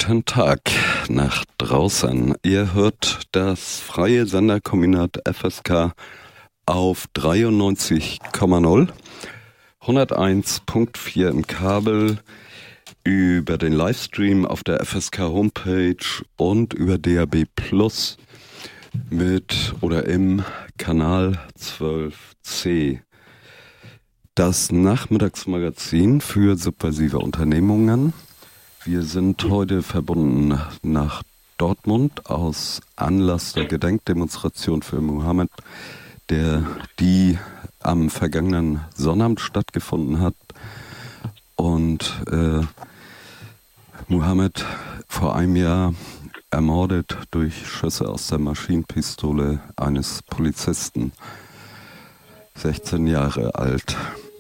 Guten Tag nach draußen. Ihr hört das freie Senderkombinat FSK auf 93,0, 101.4 im Kabel, über den Livestream auf der FSK Homepage und über DAB Plus mit oder im Kanal 12c. Das Nachmittagsmagazin für subversive Unternehmungen. Wir sind heute verbunden nach Dortmund aus Anlass der Gedenkdemonstration für Mohammed, die am vergangenen Sonnabend stattgefunden hat. Und Mohammed vor einem Jahr ermordet durch Schüsse aus der Maschinenpistole eines Polizisten, 16 Jahre alt.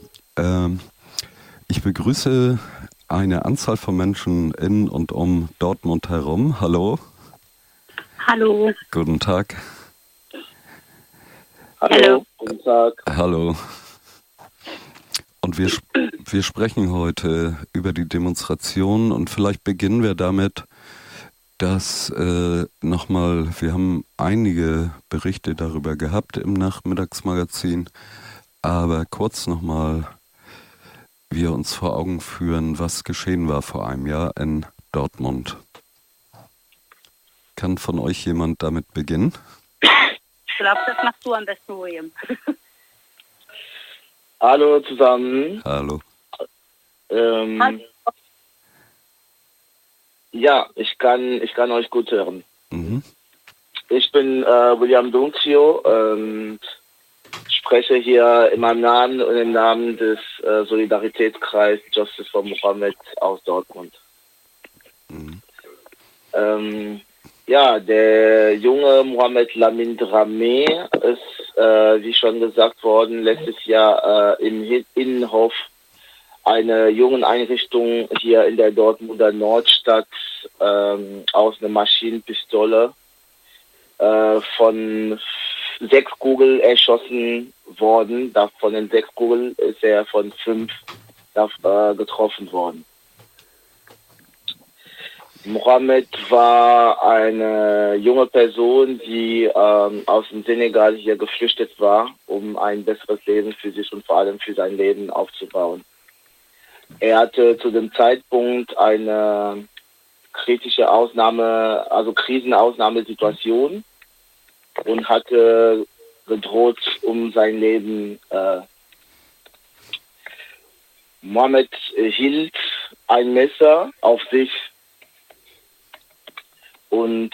Ich begrüße eine Anzahl von Menschen in und um Dortmund herum. Hallo. Hallo. Guten Tag. Hallo. Guten Tag. Hallo. Und wir sprechen heute über die Demonstration und vielleicht beginnen wir damit, dass nochmal, wir haben einige Berichte darüber gehabt im Nachmittagsmagazin, aber kurz nochmal wir uns vor Augen führen, was geschehen war vor einem Jahr in Dortmund. Kann von euch jemand damit beginnen? Ich glaube, das machst du am besten, William. Hallo zusammen. Hallo. Hallo. Ja, ich kann euch gut hören. Mhm. Ich bin William Duncio und spreche hier in meinem Namen und im Namen des Solidaritätskreis Justice for Mohammed aus Dortmund. Mhm. Der junge Mohammed Lamin Dramé ist, wie schon gesagt worden, letztes Jahr im Innenhof einer jungen Einrichtung hier in der Dortmunder Nordstadt aus einer Maschinenpistole von 6 Kugeln erschossen worden. Von den 6 Kugeln ist er von 5 getroffen worden. Mohammed war eine junge Person, die aus dem Senegal hier geflüchtet war, um ein besseres Leben für sich und vor allem für sein Leben aufzubauen. Er hatte zu dem Zeitpunkt eine Krisenausnahmesituation und hatte gedroht um sein Leben. Mohammed hielt ein Messer auf sich und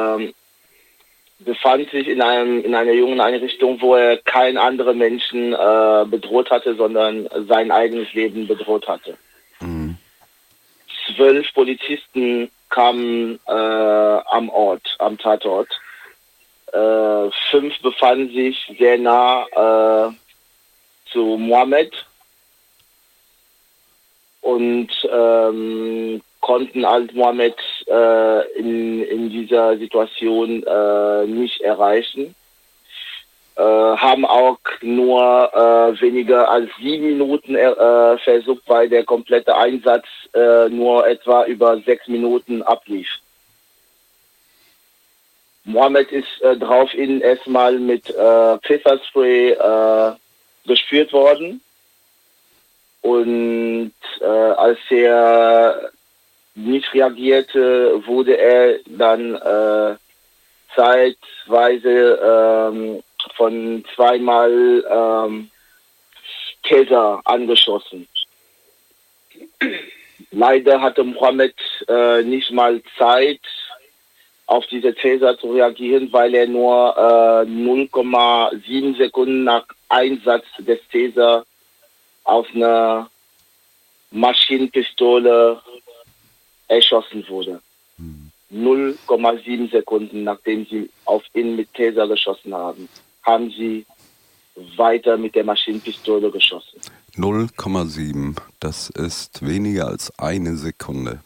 befand sich in einer jungen Einrichtung, wo er keinen anderen Menschen bedroht hatte, sondern sein eigenes Leben bedroht hatte. Mhm. 12 Polizisten kamen am Tatort. 5 befanden sich sehr nah zu Mohammed und konnten als Mohammed in dieser Situation nicht erreichen. Haben auch nur weniger als 7 Minuten versucht, weil der komplette Einsatz nur etwa über 6 Minuten ablief. Mohammed ist daraufhin erstmal mit Pfefferspray gespürt worden. Und als er nicht reagierte, wurde er dann zeitweise von 2-mal Taser angeschossen. Leider hatte Mohammed nicht mal Zeit, auf diese Taser zu reagieren, weil er nur 0,7 Sekunden nach Einsatz des Taser aus einer Maschinenpistole erschossen wurde. 0,7 Sekunden nachdem sie auf ihn mit Taser geschossen haben, haben sie weiter mit der Maschinenpistole geschossen. 0,7, das ist weniger als eine Sekunde.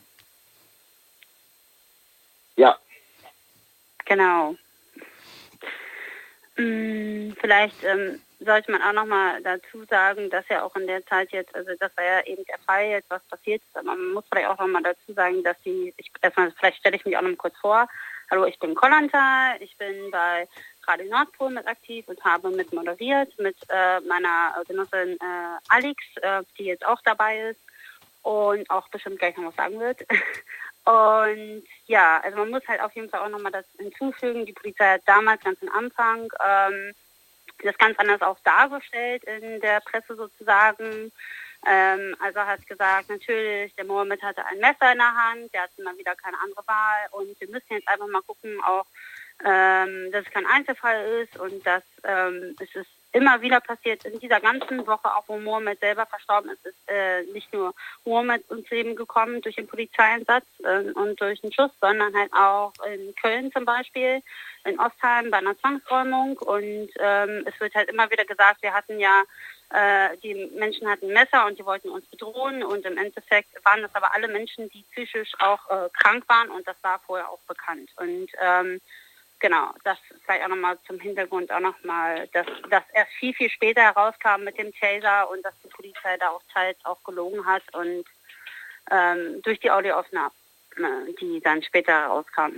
Ja. Genau. Vielleicht sollte man auch nochmal dazu sagen, dass ja auch in der Zeit jetzt, also das war ja eben der Fall jetzt, was passiert ist, aber man muss vielleicht auch nochmal dazu sagen, dass vielleicht stelle ich mich auch noch mal kurz vor. Hallo, ich bin Kollanta, ich bin bei Radio Nordpol mit aktiv und habe mit moderiert mit meiner Genossin Alex, die jetzt auch dabei ist und auch bestimmt gleich noch was sagen wird. Und ja, also man muss halt auf jeden Fall auch nochmal das hinzufügen. Die Polizei hat damals ganz am Anfang das ganz anders auch dargestellt in der Presse sozusagen. Also hat gesagt, natürlich, der Mohammed hatte ein Messer in der Hand, der hatte mal wieder keine andere Wahl und wir müssen jetzt einfach mal gucken, auch, dass es kein Einzelfall ist und dass es ist immer wieder passiert in dieser ganzen Woche, auch wo Mohammed selber verstorben ist, ist nicht nur Mohammed ins Leben gekommen durch den Polizeieinsatz und durch den Schuss, sondern halt auch in Köln zum Beispiel, in Ostheim bei einer Zwangsräumung. Und es wird halt immer wieder gesagt, wir hatten ja, die Menschen hatten Messer und die wollten uns bedrohen. Und im Endeffekt waren das aber alle Menschen, die psychisch auch krank waren und das war vorher auch bekannt. Und genau, das vielleicht auch nochmal zum Hintergrund auch nochmal, dass erst viel, viel später herauskam mit dem Taser und dass die Polizei da auch teils auch gelogen hat und durch die Audioaufnahmen, die dann später herauskamen.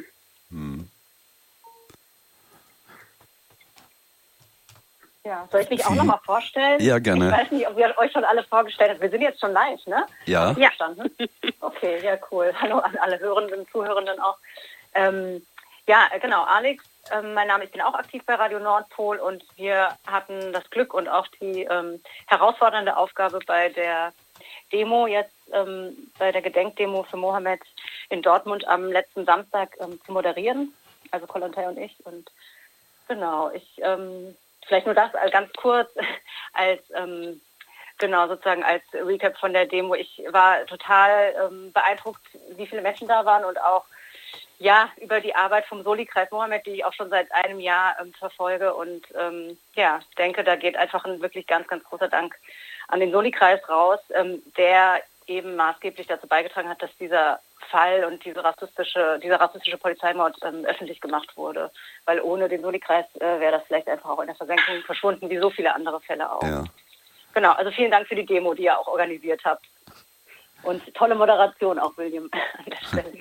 Ja, soll ich mich auch nochmal vorstellen? Ja, gerne. Ich weiß nicht, ob ihr euch schon alle vorgestellt habt. Wir sind jetzt schon live, ne? Ja. Ja. Verstanden? Okay, ja, cool. Hallo an alle Hörenden, Zuhörenden auch. Ja, genau, Alex, mein Name, ich bin auch aktiv bei Radio Nordpol und wir hatten das Glück und auch die herausfordernde Aufgabe bei der Demo jetzt, bei der Gedenkdemo für Mohammed in Dortmund am letzten Samstag zu moderieren, also Kollontai und ich. Und genau, vielleicht nur das ganz kurz als genau, sozusagen als Recap von der Demo. Ich war total beeindruckt, wie viele Menschen da waren und auch ja, über die Arbeit vom Soli-Kreis Mohammed, die ich auch schon seit einem Jahr verfolge und ja, denke, da geht einfach ein wirklich ganz, ganz großer Dank an den Soli-Kreis raus, der eben maßgeblich dazu beigetragen hat, dass dieser Fall und dieser rassistische Polizeimord öffentlich gemacht wurde. Weil ohne den Soli-Kreis wäre das vielleicht einfach auch in der Versenkung verschwunden, wie so viele andere Fälle auch. Ja. Genau, also vielen Dank für die Demo, die ihr auch organisiert habt. Und tolle Moderation auch, William, an der Stelle.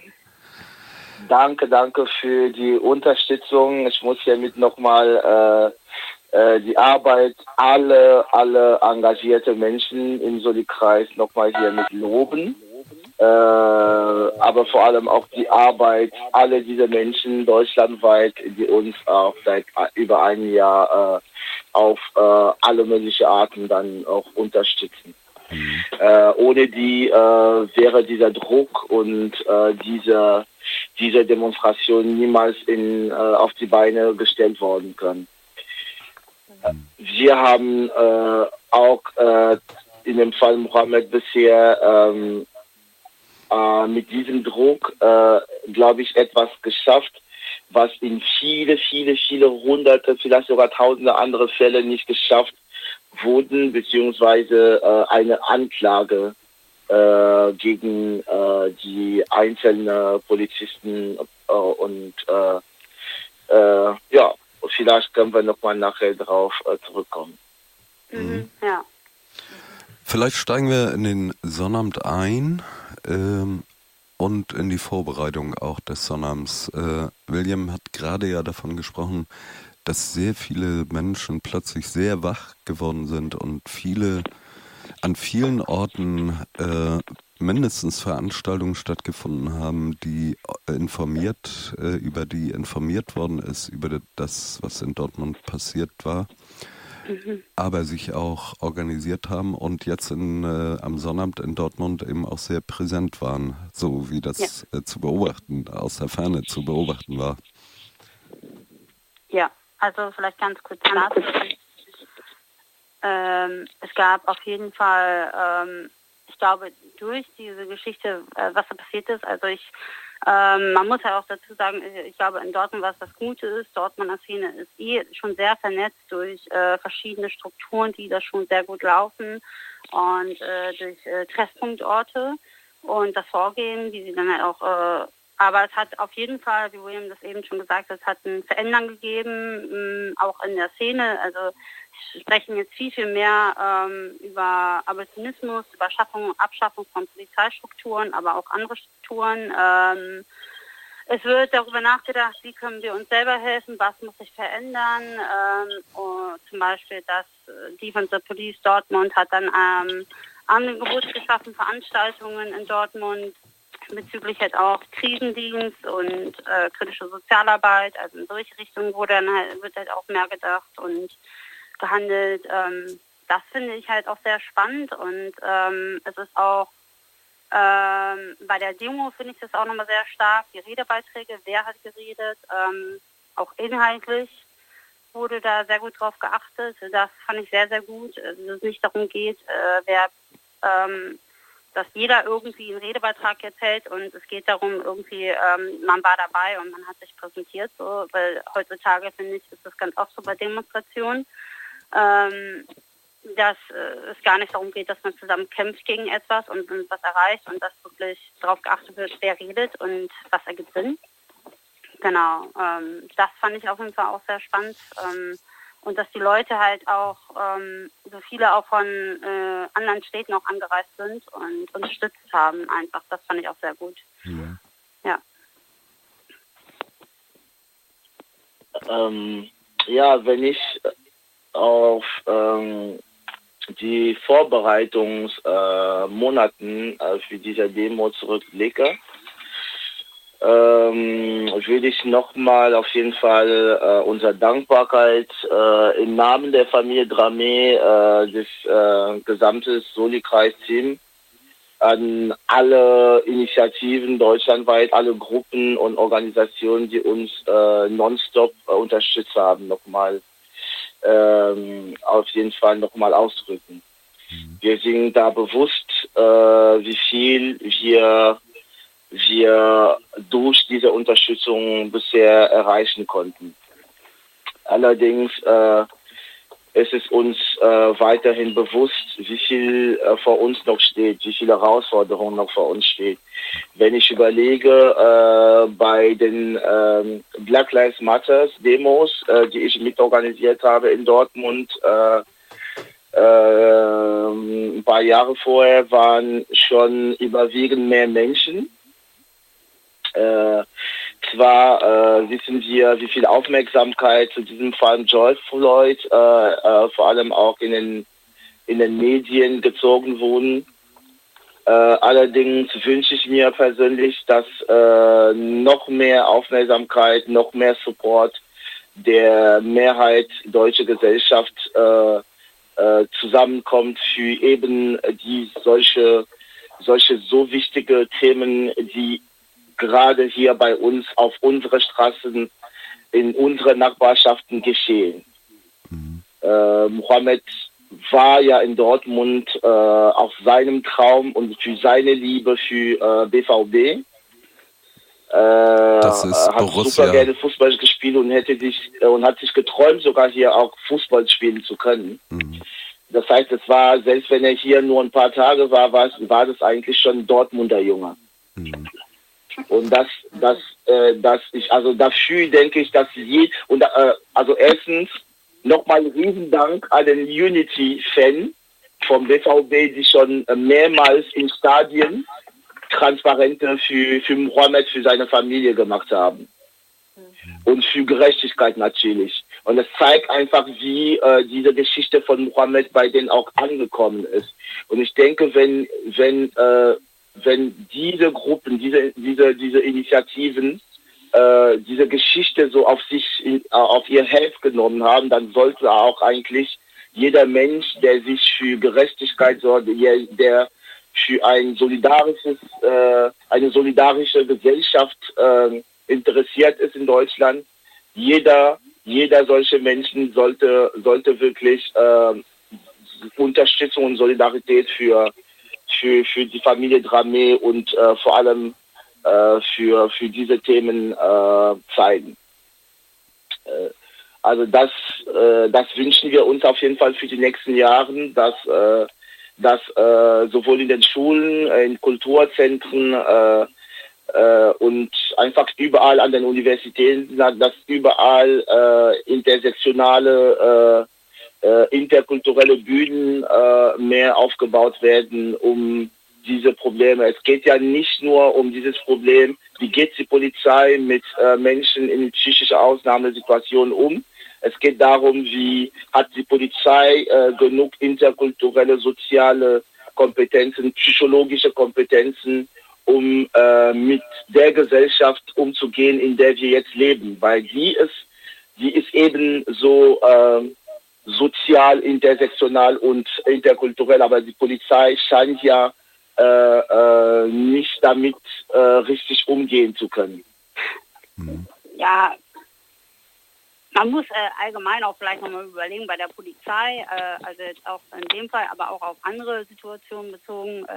Danke für die Unterstützung. Ich muss hiermit nochmal die Arbeit alle engagierte Menschen im Soli-Kreis nochmal hiermit loben. Aber vor allem auch die Arbeit aller dieser Menschen deutschlandweit, die uns auch seit über einem Jahr auf alle möglichen Arten dann auch unterstützen. Ohne die wäre dieser Druck und diese Demonstration niemals auf die Beine gestellt worden können. Wir haben auch in dem Fall Mohammed bisher mit diesem Druck, glaube ich, etwas geschafft, was in viele hunderte, vielleicht sogar tausende andere Fälle nicht geschafft wurden, beziehungsweise eine Anklage gegen die einzelnen Polizisten und ja, vielleicht können wir nochmal nachher darauf zurückkommen. Ja. Vielleicht steigen wir in den Sonnabend ein und in die Vorbereitung auch des Sonnabends. William hat gerade ja davon gesprochen, dass sehr viele Menschen plötzlich sehr wach geworden sind und an vielen Orten mindestens Veranstaltungen stattgefunden haben, über die informiert worden ist, über das, was in Dortmund passiert war, aber sich auch organisiert haben und jetzt am Sonnabend in Dortmund eben auch sehr präsent waren, so wie das zu beobachten, aus der Ferne zu beobachten war. Ja, also vielleicht ganz kurz dazu. Es gab auf jeden Fall, ich glaube, durch diese Geschichte, was da passiert ist, also man muss ja auch dazu sagen, ich glaube, in Dortmund, was das Gute ist, Dortmunder Szene ist schon sehr vernetzt durch verschiedene Strukturen, die da schon sehr gut laufen und durch Treffpunktorte und das Vorgehen, wie sie dann halt auch Aber es hat auf jeden Fall, wie William das eben schon gesagt hat, es hat ein Verändern gegeben, auch in der Szene. Also wir sprechen jetzt viel, viel mehr über Abolitionismus, über Abschaffung von Polizeistrukturen, aber auch andere Strukturen. Es wird darüber nachgedacht, wie können wir uns selber helfen, was muss sich verändern. Zum Beispiel, dass Defense Police Dortmund hat dann Angebote geschaffen, Veranstaltungen in Dortmund bezüglich halt auch Krisendienst und kritische Sozialarbeit. Also in solche Richtungen wird halt auch mehr gedacht und gehandelt. Das finde ich halt auch sehr spannend und es ist auch bei der Demo finde ich das auch nochmal sehr stark. Die Redebeiträge, wer hat geredet, auch inhaltlich wurde da sehr gut drauf geachtet. Das fand ich sehr, sehr gut. Dass es nicht darum geht, dass jeder irgendwie einen Redebeitrag jetzt hält und es geht darum, irgendwie, man war dabei und man hat sich präsentiert, so, weil heutzutage, finde ich, ist das ganz oft so bei Demonstrationen, dass es gar nicht darum geht, dass man zusammen kämpft gegen etwas und was erreicht und dass wirklich darauf geachtet wird, wer redet und was ergibt Sinn. Genau, das fand ich auf jeden Fall auch sehr spannend. Und dass die Leute halt auch, so viele auch von anderen Städten auch angereist sind und unterstützt haben einfach. Das fand ich auch sehr gut. Ja. Ja, wenn ich auf die Vorbereitungsmonaten für diese Demo zurückblicke, würde ich nochmal auf jeden Fall unsere Dankbarkeit im Namen der Familie Dramé, des gesamten Soli-Kreis-Team an alle Initiativen deutschlandweit, alle Gruppen und Organisationen, die uns nonstop unterstützt haben, nochmal auf jeden Fall nochmal ausdrücken. Wir sind da bewusst, wie viel wir durch diese Unterstützung bisher erreichen konnten. Allerdings ist es uns weiterhin bewusst, wie viel vor uns noch steht, wie viele Herausforderungen noch vor uns steht. Wenn ich überlege, bei den Black Lives Matter Demos, die ich mitorganisiert habe in Dortmund, ein paar Jahre vorher waren schon überwiegend mehr Menschen. Zwar wissen wir, wie viel Aufmerksamkeit zu diesem Fall George Floyd vor allem auch in den Medien gezogen wurden. Allerdings wünsche ich mir persönlich, dass noch mehr Aufmerksamkeit, noch mehr Support der Mehrheit deutsche Gesellschaft zusammenkommt für eben die solche so wichtige Themen, die gerade hier bei uns auf unsere Straßen, in unseren Nachbarschaften geschehen. Mohammed war ja in Dortmund auf seinem Traum und für seine Liebe für BVB. Das ist hat Borussia. Super gerne Fußball gespielt und hat sich geträumt, sogar hier auch Fußball spielen zu können. Das heißt, es war, selbst wenn er hier nur ein paar Tage war das eigentlich schon ein Dortmunder Junge. Und dafür denke ich, dass also erstens nochmal Riesendank an den Unity-Fan vom BVB, die schon mehrmals in Stadien Transparente für Mohammed, für seine Familie gemacht haben. Und für Gerechtigkeit natürlich. Und es zeigt einfach, wie diese Geschichte von Mohammed bei denen auch angekommen ist. Und ich denke, wenn diese Gruppen, diese Initiativen diese Geschichte so auf ihr Heft genommen haben, dann sollte auch eigentlich jeder Mensch, der sich für Gerechtigkeit sorgt, der für eine solidarische Gesellschaft interessiert ist in Deutschland, jeder solche Menschen sollte wirklich Unterstützung und Solidarität für die Familie Dramé und vor allem für diese Themen zeigen. Also das wünschen wir uns auf jeden Fall für die nächsten Jahre, dass sowohl in den Schulen, in Kulturzentren, und einfach überall an den Universitäten, dass überall intersektionale, interkulturelle Bühnen mehr aufgebaut werden, um diese Probleme. Es geht ja nicht nur um dieses Problem, wie geht die Polizei mit Menschen in psychischer Ausnahmesituationen um. Es geht darum, wie hat die Polizei genug interkulturelle, soziale Kompetenzen, psychologische Kompetenzen, um mit der Gesellschaft umzugehen, in der wir jetzt leben. Weil die ist eben so sozial, intersektional und interkulturell, aber die Polizei scheint ja nicht damit richtig umgehen zu können. Ja, man muss allgemein auch vielleicht nochmal überlegen bei der Polizei, also jetzt auch in dem Fall, aber auch auf andere Situationen bezogen,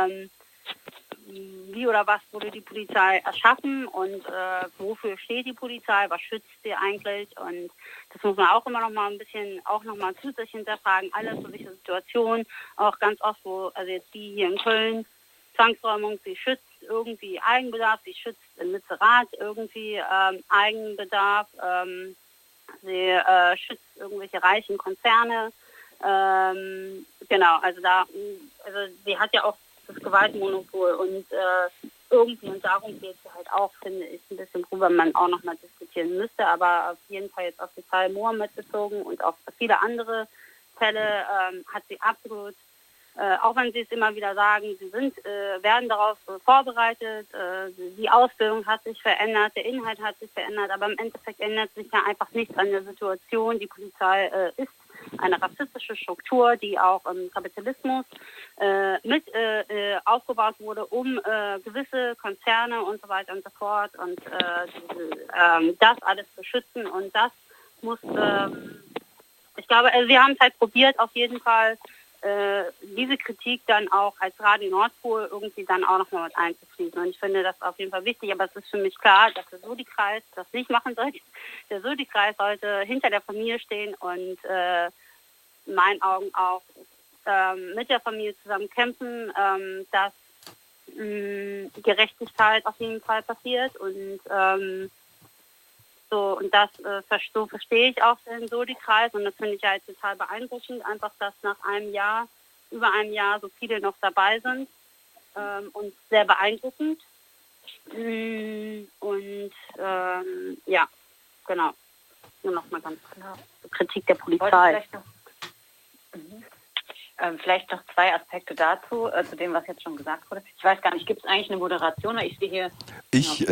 wie oder was wurde die Polizei erschaffen und wofür steht die Polizei, was schützt sie eigentlich, und das muss man auch immer noch mal ein bisschen auch noch mal zusätzlich hinterfragen. Alle solche Situationen, auch ganz oft, wo, also jetzt die hier in Köln, Zwangsräumung, sie schützt irgendwie Eigenbedarf, sie schützt im Literat irgendwie Eigenbedarf, sie schützt irgendwelche reichen Konzerne, genau, also sie hat ja auch das Gewaltmonopol und irgendwie, und darum geht es halt auch, finde ich, ein bisschen, worüber man auch nochmal diskutieren müsste, aber auf jeden Fall jetzt auf den Fall Mohammed bezogen und auf viele andere Fälle hat sie absolut, auch wenn sie es immer wieder sagen, sie werden darauf vorbereitet, die Ausbildung hat sich verändert, der Inhalt hat sich verändert, aber im Endeffekt ändert sich ja einfach nichts an der Situation. Die Polizei ist eine rassistische Struktur, die auch im Kapitalismus mit aufgebaut wurde, um gewisse Konzerne und so weiter und so fort und das alles zu schützen, und das muss, ich glaube, wir haben es halt probiert, auf jeden Fall diese Kritik dann auch als Radio Nordpol irgendwie dann auch nochmal mit einzufließen. Und ich finde das auf jeden Fall wichtig, aber es ist für mich klar, dass der Sodikreis das nicht machen sollte. Der Sodikreis sollte hinter der Familie stehen und in meinen Augen auch mit der Familie zusammen kämpfen, dass Gerechtigkeit auf jeden Fall passiert, und und das so verstehe ich auch den Sodikreis, und das finde ich halt total beeindruckend, einfach, dass nach über einem Jahr so viele noch dabei sind, und sehr beeindruckend. Und ja, genau. Nur noch mal ganz klar. Kritik der Polizei. Vielleicht noch zwei Aspekte dazu, zu dem, was jetzt schon gesagt wurde. Ich weiß gar nicht, gibt es eigentlich eine Moderation? Ich sehe hier... Ich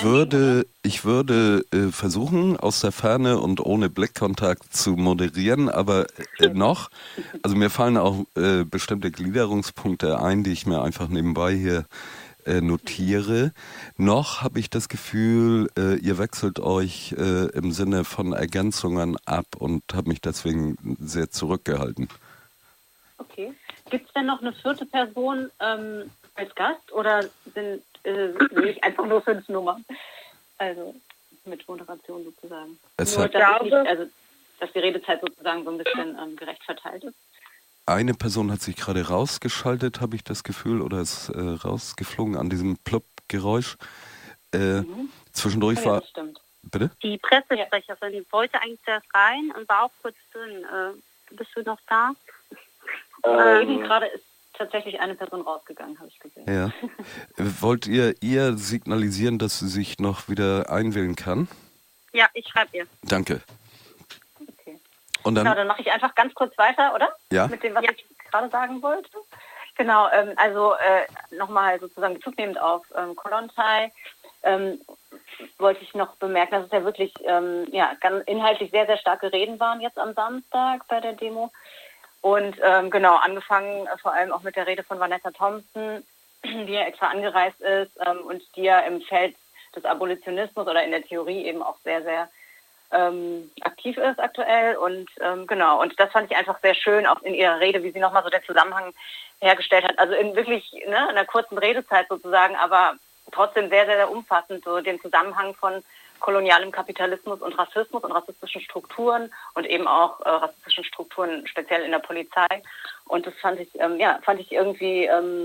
würde versuchen, aus der Ferne und ohne Blickkontakt zu moderieren, aber also mir fallen auch bestimmte Gliederungspunkte ein, die ich mir einfach nebenbei hier notiere. Noch habe ich das Gefühl, ihr wechselt euch im Sinne von Ergänzungen ab und habe mich deswegen sehr zurückgehalten. Okay. Gibt es denn noch eine vierte Person als Gast, oder sind wirklich einfach nur 5 Nummern? Also mit Moderation sozusagen. Dass die Redezeit sozusagen so ein bisschen gerecht verteilt ist. Eine Person hat sich gerade rausgeschaltet, habe ich das Gefühl, oder ist rausgeflogen an diesem Plopp-Geräusch. Zwischendurch war... Das stimmt. Bitte? Die Pressesprecherin wollte eigentlich erst rein und war auch kurz drin. Bist du noch da? Eben gerade ist tatsächlich eine Person rausgegangen, habe ich gesehen. Ja. Wollt ihr signalisieren, dass sie sich noch wieder einwählen kann? Ja, ich schreibe ihr. Danke. Okay. Und dann, genau, dann mache ich einfach ganz kurz weiter, oder? Ja. Mit dem, was ich gerade sagen wollte. Genau, also nochmal sozusagen Bezug nehmend auf Kollontai, wollte ich noch bemerken, dass es ja wirklich ganz inhaltlich sehr, sehr starke Reden waren jetzt am Samstag bei der Demo. Und genau, angefangen vor allem auch mit der Rede von Vanessa Thompson, die ja extra angereist ist und die ja im Feld des Abolitionismus oder in der Theorie eben auch sehr, sehr aktiv ist aktuell. Und genau, und das fand ich einfach sehr schön, auch in ihrer Rede, wie sie nochmal so den Zusammenhang hergestellt hat. Also in wirklich einer kurzen Redezeit sozusagen, aber trotzdem sehr, sehr, sehr umfassend, so den Zusammenhang von kolonialem Kapitalismus und Rassismus und rassistischen Strukturen und eben auch rassistischen Strukturen speziell in der Polizei. Und das fand ich irgendwie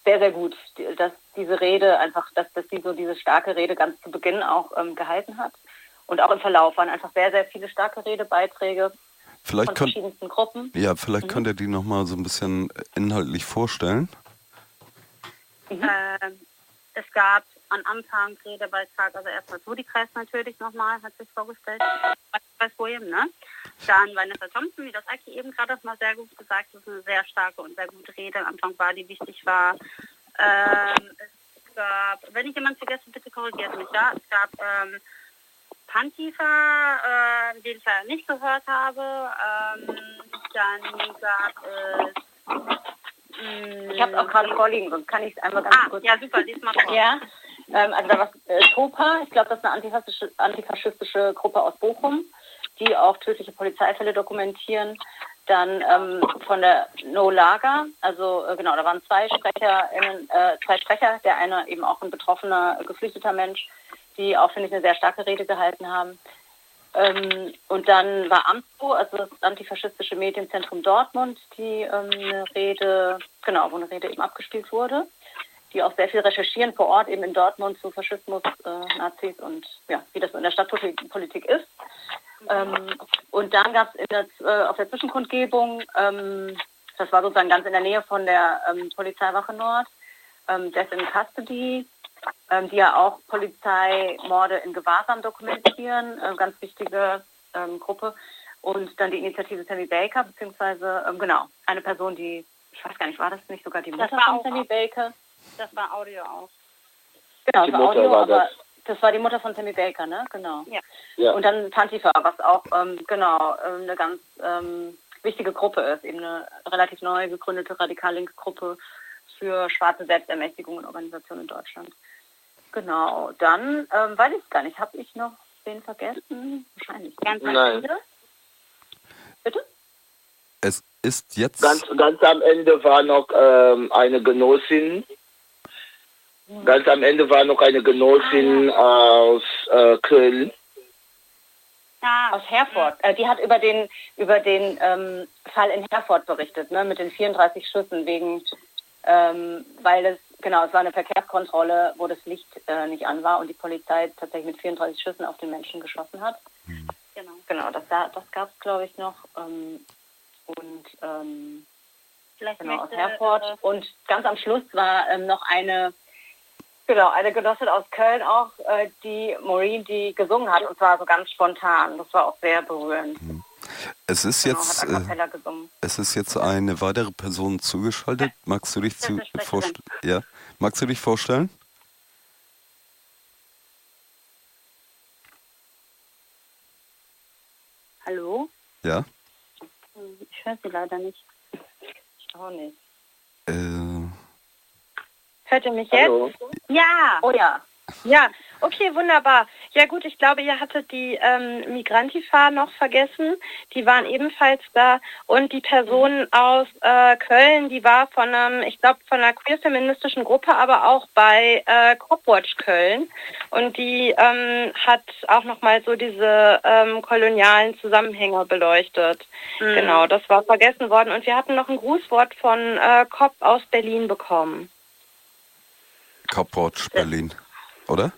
sehr, sehr gut, dass diese Rede einfach, dass sie so diese starke Rede ganz zu Beginn auch gehalten hat. Und auch im Verlauf waren einfach sehr, sehr viele starke Redebeiträge von verschiedensten Gruppen. Ja, vielleicht könnt ihr die nochmal so ein bisschen inhaltlich vorstellen. Es gab am Anfang Redebeitrag, also erstmal Sudi-Kreis natürlich nochmal, hat sich vorgestellt, bei William, ne? Dann Vanessa Thompson, wie das Aki eben gerade mal sehr gut gesagt hat, das ist eine sehr starke und sehr gute Rede am Anfang war, die wichtig war. Es gab, wenn ich jemanden vergesse, bitte korrigiert mich, ja, es gab Pantifa, den ich ja nicht gehört habe, dann gab es ich habe es auch gerade vorliegen, sonst kann ich es einmal ganz kurz... Ja, super, lies mal vor. Ja, also da war TOPA, ich glaube, das ist eine antifaschistische Gruppe aus Bochum, die auch tödliche Polizeifälle dokumentieren. Dann von der No Lager, also genau, da waren zwei Sprecher, der eine eben auch ein betroffener, geflüchteter Mensch, die auch, finde ich, eine sehr starke Rede gehalten haben. Und dann war AMSPO, also das Antifaschistische Medienzentrum Dortmund, die eine Rede, genau, wo eine Rede eben abgespielt wurde, die auch sehr viel recherchieren vor Ort eben in Dortmund zu Faschismus, Nazis und ja, wie das in der Stadtpolitik ist. Und dann gab es auf der Zwischenkundgebung, das war sozusagen ganz in der Nähe von der Polizeiwache Nord, Death in Custody, die ja auch Polizeimorde in Gewahrsam dokumentieren, ganz wichtige Gruppe. Und dann die Initiative Tammy Baker, beziehungsweise, genau, eine Person, die, ich weiß gar nicht, war das nicht sogar die Mutter von Tammy Baker? Das war Audio auch. Genau, das war Audio, aber das war die Mutter von Tammy Baker, ne? Genau. Ja. Und dann Pantifa, was auch, eine ganz wichtige Gruppe ist, eben eine relativ neu gegründete Radikal-Links-Gruppe für schwarze Selbstermächtigung und Organisation in Deutschland. Genau, dann weiß ich es gar nicht. Habe ich noch wen vergessen? Wahrscheinlich. Ganz am Ende. Bitte? Es ist jetzt... Ganz am Ende war noch eine Genossin. Ganz am Ende war noch eine Genossin aus Köln. Aus Herford. Die hat über den Fall in Herford berichtet, ne, mit den 34 Schüssen wegen, weil es war eine Verkehrskontrolle, wo das Licht nicht an war und die Polizei tatsächlich mit 34 Schüssen auf den Menschen geschossen hat. Genau, das gab es, glaube ich, noch. Vielleicht aus Herford. Und ganz am Schluss war noch eine Genossin aus Köln auch, die Maureen, die gesungen hat, und zwar so ganz spontan. Das war auch sehr berührend. Es ist jetzt eine weitere Person zugeschaltet. Magst du dich vorstellen? Ja. Magst du dich vorstellen? Hallo? Ja. Ich höre sie leider nicht. Ich auch nicht. Hört ihr mich Hallo. jetzt? Ja. Oh ja. Ja, okay, wunderbar. Ja gut, ich glaube, ihr hattet die Migrantifa noch vergessen. Die waren ebenfalls da. Und die Person aus Köln, die war von einer queer-feministischen Gruppe, aber auch bei Copwatch Köln. Und die hat auch nochmal so diese kolonialen Zusammenhänge beleuchtet. Genau, das war vergessen worden. Und wir hatten noch ein Grußwort von Cop aus Berlin bekommen. Copwatch Berlin, oder?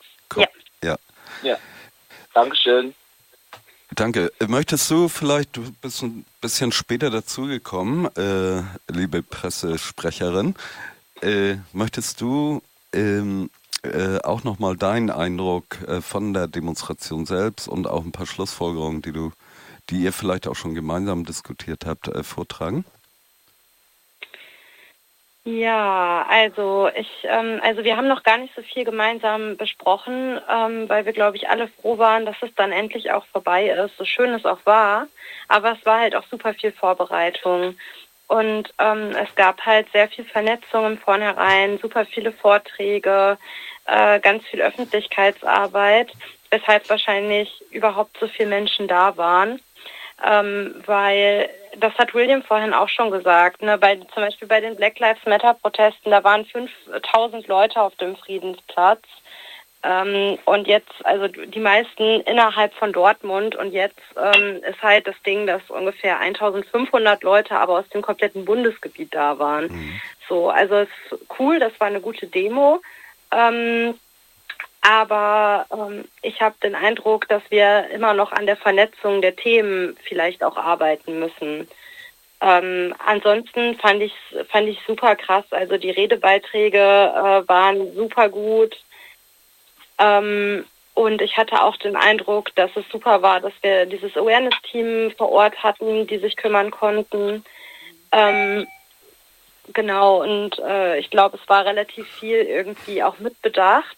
Ja. Dankeschön. Danke. Möchtest du vielleicht, du bist ein bisschen später dazugekommen, liebe Pressesprecherin, möchtest du auch nochmal deinen Eindruck von der Demonstration selbst und auch ein paar Schlussfolgerungen, die ihr vielleicht auch schon gemeinsam diskutiert habt, vortragen? Ja, also wir haben noch gar nicht so viel gemeinsam besprochen, weil wir, glaube ich, alle froh waren, dass es dann endlich auch vorbei ist, so schön es auch war. Aber es war halt auch super viel Vorbereitung. Und es gab halt sehr viel Vernetzung im Vornherein, super viele Vorträge, ganz viel Öffentlichkeitsarbeit, weshalb wahrscheinlich überhaupt so viele Menschen da waren. Weil, das hat William vorhin auch schon gesagt, ne, zum Beispiel bei den Black Lives Matter Protesten, da waren 5.000 Leute auf dem Friedensplatz. Und jetzt, also die meisten innerhalb von Dortmund, und jetzt ist halt das Ding, dass ungefähr 1500 Leute aber aus dem kompletten Bundesgebiet da waren. So, also es ist cool, das war eine gute Demo. Aber ich habe den Eindruck, dass wir immer noch an der Vernetzung der Themen vielleicht auch arbeiten müssen. Ansonsten fand ich super krass. Also die Redebeiträge waren super gut. Und ich hatte auch den Eindruck, dass es super war, dass wir dieses Awareness-Team vor Ort hatten, die sich kümmern konnten. Genau, und ich glaube, es war relativ viel irgendwie auch mitbedacht.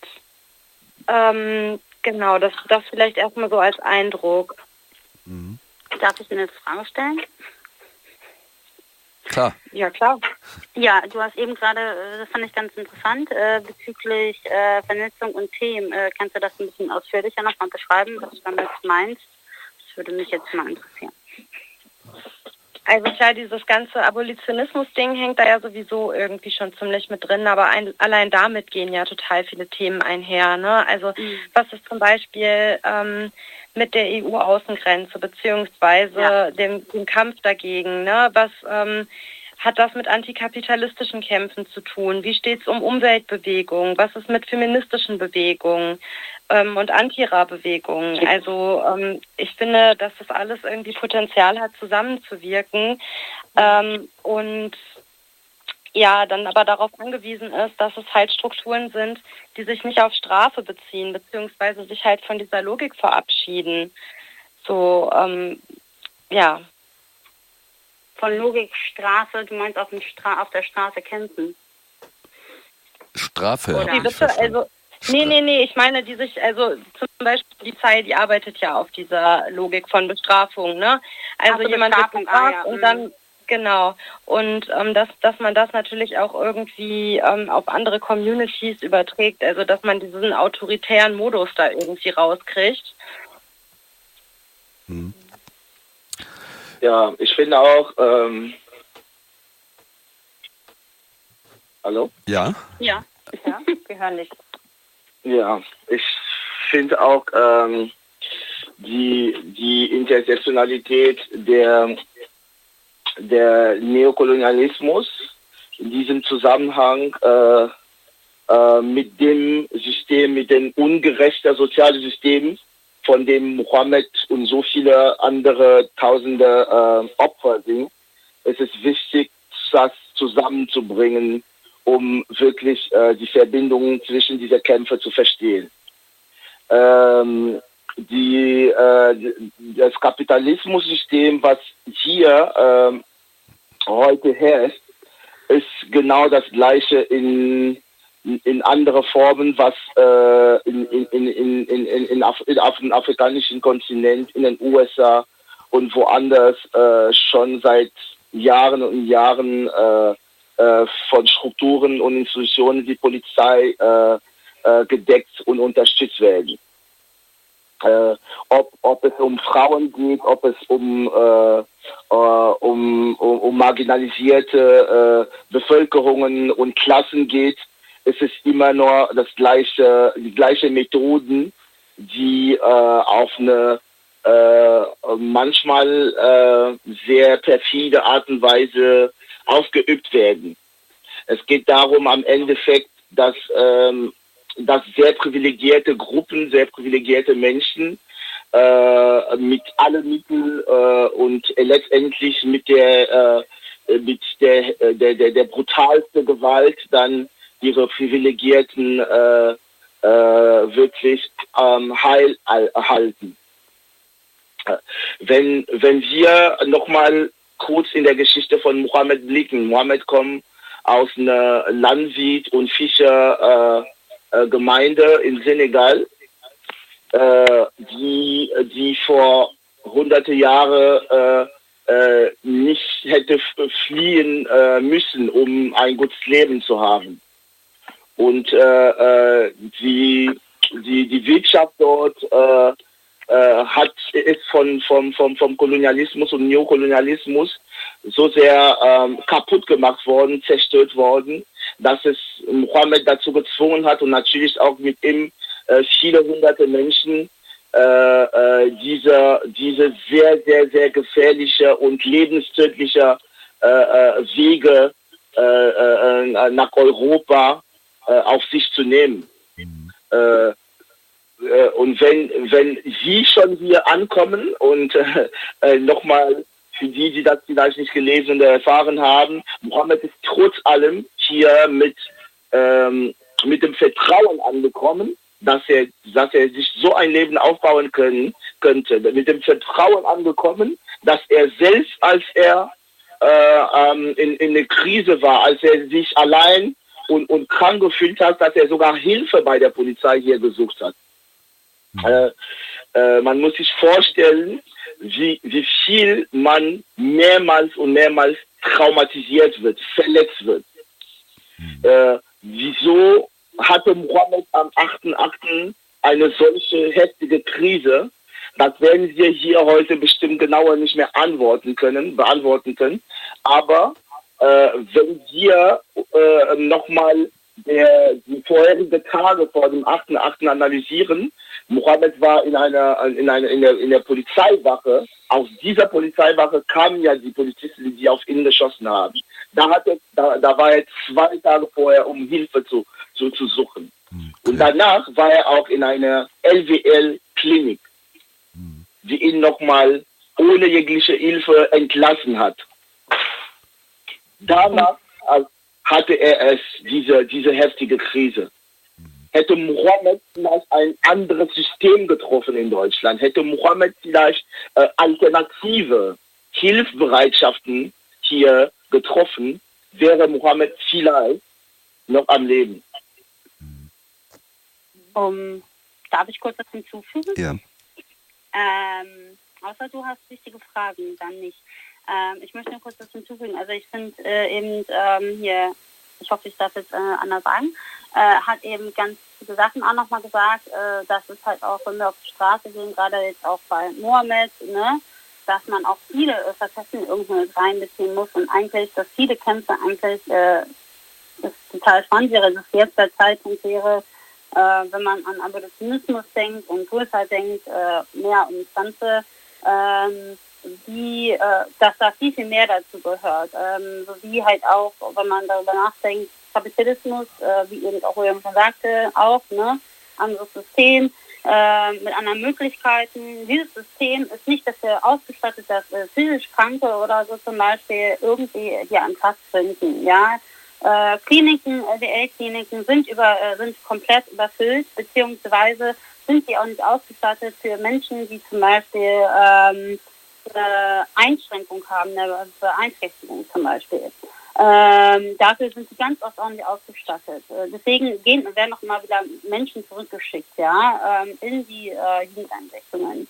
Genau, das vielleicht erstmal so als Eindruck. Darf ich eine Frage stellen? Klar. Ja, klar. Ja, du hast eben gerade, das fand ich ganz interessant, bezüglich Vernetzung und Themen. Kannst du das ein bisschen ausführlicher nochmal beschreiben, was du damit meinst? Das würde mich jetzt mal interessieren. Also klar, dieses ganze Abolitionismus-Ding hängt da ja sowieso irgendwie schon ziemlich mit drin, aber allein damit gehen ja total viele Themen einher, ne? Also was ist zum Beispiel mit der EU-Außengrenze beziehungsweise dem Kampf dagegen, ne? Was hat das mit antikapitalistischen Kämpfen zu tun? Wie steht es um Umweltbewegungen? Was ist mit feministischen Bewegungen und Antira-Bewegungen? Also ich finde, dass das alles irgendwie Potenzial hat, zusammenzuwirken und ja, dann aber darauf angewiesen ist, dass es halt Strukturen sind, die sich nicht auf Strafe beziehen, beziehungsweise sich halt von dieser Logik verabschieden. So, ja. Von Logik Straße, du meinst auf der Straße kämpfen? Strafe, oder? Hab ich verstanden. Also, nee, ich meine, die sich, also zum Beispiel die Polizei, die arbeitet ja auf dieser Logik von Bestrafung, ne? Also jemand wird bestraft und dann, genau, und dass man das natürlich auch irgendwie auf andere Communities überträgt, also dass man diesen autoritären Modus da irgendwie rauskriegt. Ja, ich finde auch, hallo? Ja? Ja. Ja, wir hören nicht. Ja, ich finde auch die Intersektionalität der Neokolonialismus in diesem Zusammenhang mit dem System, mit dem ungerechten sozialen System, von dem Mohammed und so viele andere tausende Opfer sind. Es ist wichtig, das zusammenzubringen, um wirklich die Verbindungen zwischen dieser Kämpfe zu verstehen. Das Kapitalismussystem, was hier heute herrscht, ist genau das gleiche in andere Formen, was auf dem afrikanischen Kontinent, in den USA und woanders schon seit Jahren und Jahren von Strukturen und Institutionen wie Polizei gedeckt und unterstützt werden. Ob es um Frauen geht, ob es um marginalisierte Bevölkerungen und Klassen geht, es ist immer nur die gleiche Methoden, die auf eine manchmal sehr perfide Art und Weise ausgeübt werden. Es geht darum, am Endeffekt, dass sehr privilegierte Gruppen, sehr privilegierte Menschen mit allen Mitteln und letztendlich mit der brutalsten Gewalt dann ihre Privilegierten wirklich heil erhalten. Wenn wir nochmal kurz in der Geschichte von Mohammed blicken. Mohammed kommt aus einer Landwirt- und Fischergemeinde in Senegal, die vor hunderte Jahre nicht hätte fliehen müssen, um ein gutes Leben zu haben. Und die Wirtschaft dort ist vom Kolonialismus und Neokolonialismus so sehr kaputt gemacht worden, zerstört worden, dass es Mohammed dazu gezwungen hat und natürlich auch mit ihm viele hunderte Menschen diese sehr, sehr, sehr gefährliche und lebenstödliche Wege nach Europa auf sich zu nehmen. Und wenn Sie schon hier ankommen und nochmal für die das vielleicht nicht gelesen oder erfahren haben, Mohammed ist trotz allem hier mit dem Vertrauen angekommen, dass er sich so ein Leben aufbauen könnte. Mit dem Vertrauen angekommen, dass er selbst, als er in eine Krise war, als er sich allein und krank gefühlt hat, dass er sogar Hilfe bei der Polizei hier gesucht hat. Man muss sich vorstellen, wie viel man mehrmals und mehrmals traumatisiert wird, verletzt wird. Wieso hatte Mohammed am 8.8. eine solche heftige Krise? Das werden wir hier heute bestimmt genauer nicht mehr beantworten können. Aber wenn wir nochmal die vorherigen Tage vor dem 8.8. analysieren, Mohammed war in der Polizeiwache. Aus dieser Polizeiwache kamen ja die Polizisten, die auf ihn geschossen haben. Da war er 2 Tage vorher, um Hilfe zu suchen. Okay. Und danach war er auch in einer LWL-Klinik, die ihn nochmal ohne jegliche Hilfe entlassen hat. Danach hatte er erst diese heftige Krise. Hätte Mohammed vielleicht ein anderes System getroffen in Deutschland, hätte Mohammed vielleicht alternative Hilfsbereitschaften hier getroffen, wäre Mohammed vielleicht noch am Leben. Darf ich kurz was hinzufügen? Ja. Außer du hast wichtige Fragen, dann nicht. Ich möchte nur kurz was hinzufügen. Also ich finde eben hier, ich hoffe, ich darf jetzt anders sagen, hat eben ganz viele Sachen auch nochmal gesagt, dass es halt auch, wenn wir auf die Straße gehen, gerade jetzt auch bei Mohammed, ne, dass man auch viele Facetten irgendwo mit reinbeziehen muss und eigentlich, dass viele Kämpfe eigentlich das total spannend wäre, dass jetzt der Zeitpunkt wäre, wenn man an Abolitionismus denkt und größer denkt, mehr um das Ganze, dass da viel, viel mehr dazu gehört. So wie halt auch, wenn man darüber nachdenkt, Kapitalismus, wie eben auch William schon sagte, auch, ne, anderes System, mit anderen Möglichkeiten. Dieses System ist nicht dafür ausgestattet, dass physisch Kranke oder so zum Beispiel irgendwie hier einen Platz finden, ja. Kliniken, LWL-Kliniken sind komplett überfüllt, beziehungsweise sind sie auch nicht ausgestattet für Menschen, die zum Beispiel Einschränkung haben, eine Beeinträchtigung zum Beispiel. Dafür sind sie ganz oft auch nicht ausgestattet. Deswegen werden noch mal wieder Menschen zurückgeschickt, ja, in die Jugendeinrichtungen.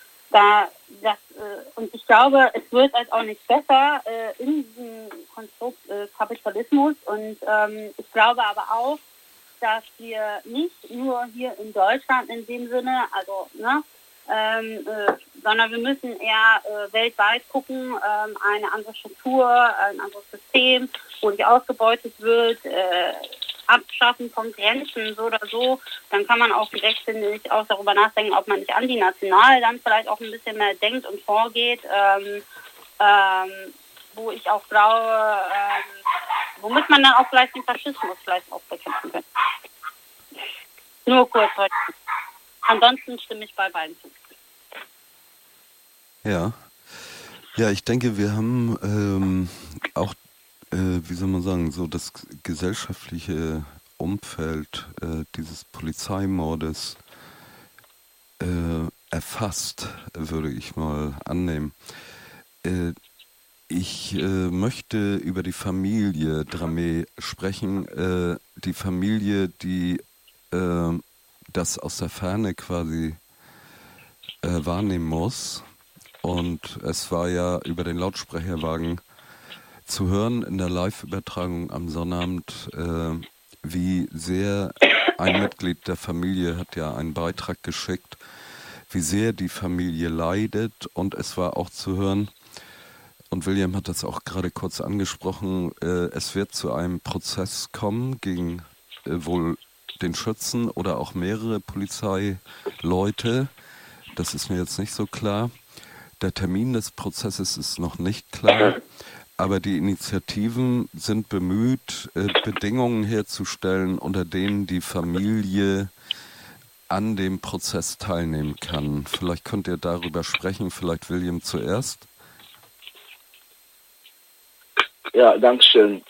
Und ich glaube, es wird halt auch nicht besser in diesem Konstrukt Kapitalismus. Und ich glaube aber auch, dass wir nicht nur hier in Deutschland in dem Sinne, also ne, sondern wir müssen eher weltweit gucken, eine andere Struktur, ein anderes System, wo nicht ausgebeutet wird, Abschaffen von Grenzen, so oder so. Dann kann man auch direkt, finde ich, auch darüber nachdenken, ob man nicht antinational dann vielleicht auch ein bisschen mehr denkt und vorgeht, wo ich auch glaube, womit man dann auch vielleicht den Faschismus vielleicht auch bekämpfen könnte. Nur kurz heute. Ansonsten stimme ich bei beiden zu. Ja. Ja, ich denke, wir haben auch, wie soll man sagen, so das gesellschaftliche Umfeld dieses Polizeimordes erfasst, würde ich mal annehmen. Ich möchte über die Familie Dramé sprechen, die Familie, die das aus der Ferne quasi wahrnehmen muss. Und es war ja über den Lautsprecherwagen zu hören in der Live-Übertragung am Sonnabend, wie sehr ein Mitglied der Familie hat ja einen Beitrag geschickt, wie sehr die Familie leidet. Und es war auch zu hören, und William hat das auch gerade kurz angesprochen, es wird zu einem Prozess kommen gegen wohl den Schützen oder auch mehrere Polizeileute. Das ist mir jetzt nicht so klar. Der Termin des Prozesses ist noch nicht klar, aber die Initiativen sind bemüht, Bedingungen herzustellen, unter denen die Familie an dem Prozess teilnehmen kann. Vielleicht könnt ihr darüber sprechen, vielleicht William zuerst. Ja, danke schön.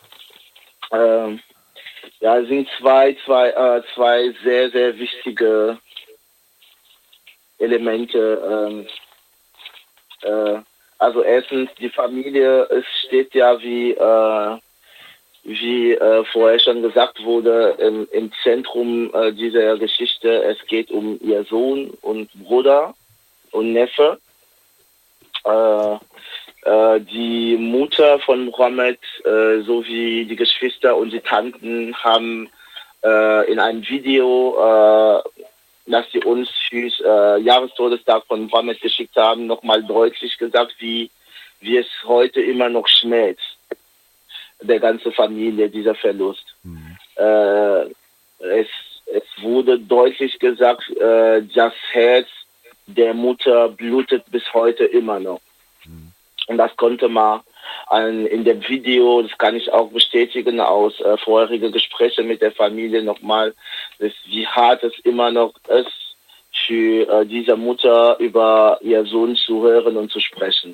Es sind zwei sehr, sehr wichtige Elemente. Also erstens, die Familie, es steht ja, wie vorher schon gesagt wurde, im Zentrum dieser Geschichte. Es geht um ihr Sohn und Bruder und Neffe. Die Mutter von Mohammed sowie die Geschwister und die Tanten haben in einem Video, das sie uns für Jahrestodestag von Mohammed geschickt haben, nochmal deutlich gesagt, wie es heute immer noch schmerzt, der ganze Familie, dieser Verlust. Es wurde deutlich gesagt, das Herz der Mutter blutet bis heute immer noch. Und das konnte man in dem Video, das kann ich auch bestätigen aus vorherigen Gesprächen mit der Familie nochmal, wie hart es immer noch ist, für diese Mutter über ihr Sohn zu hören und zu sprechen.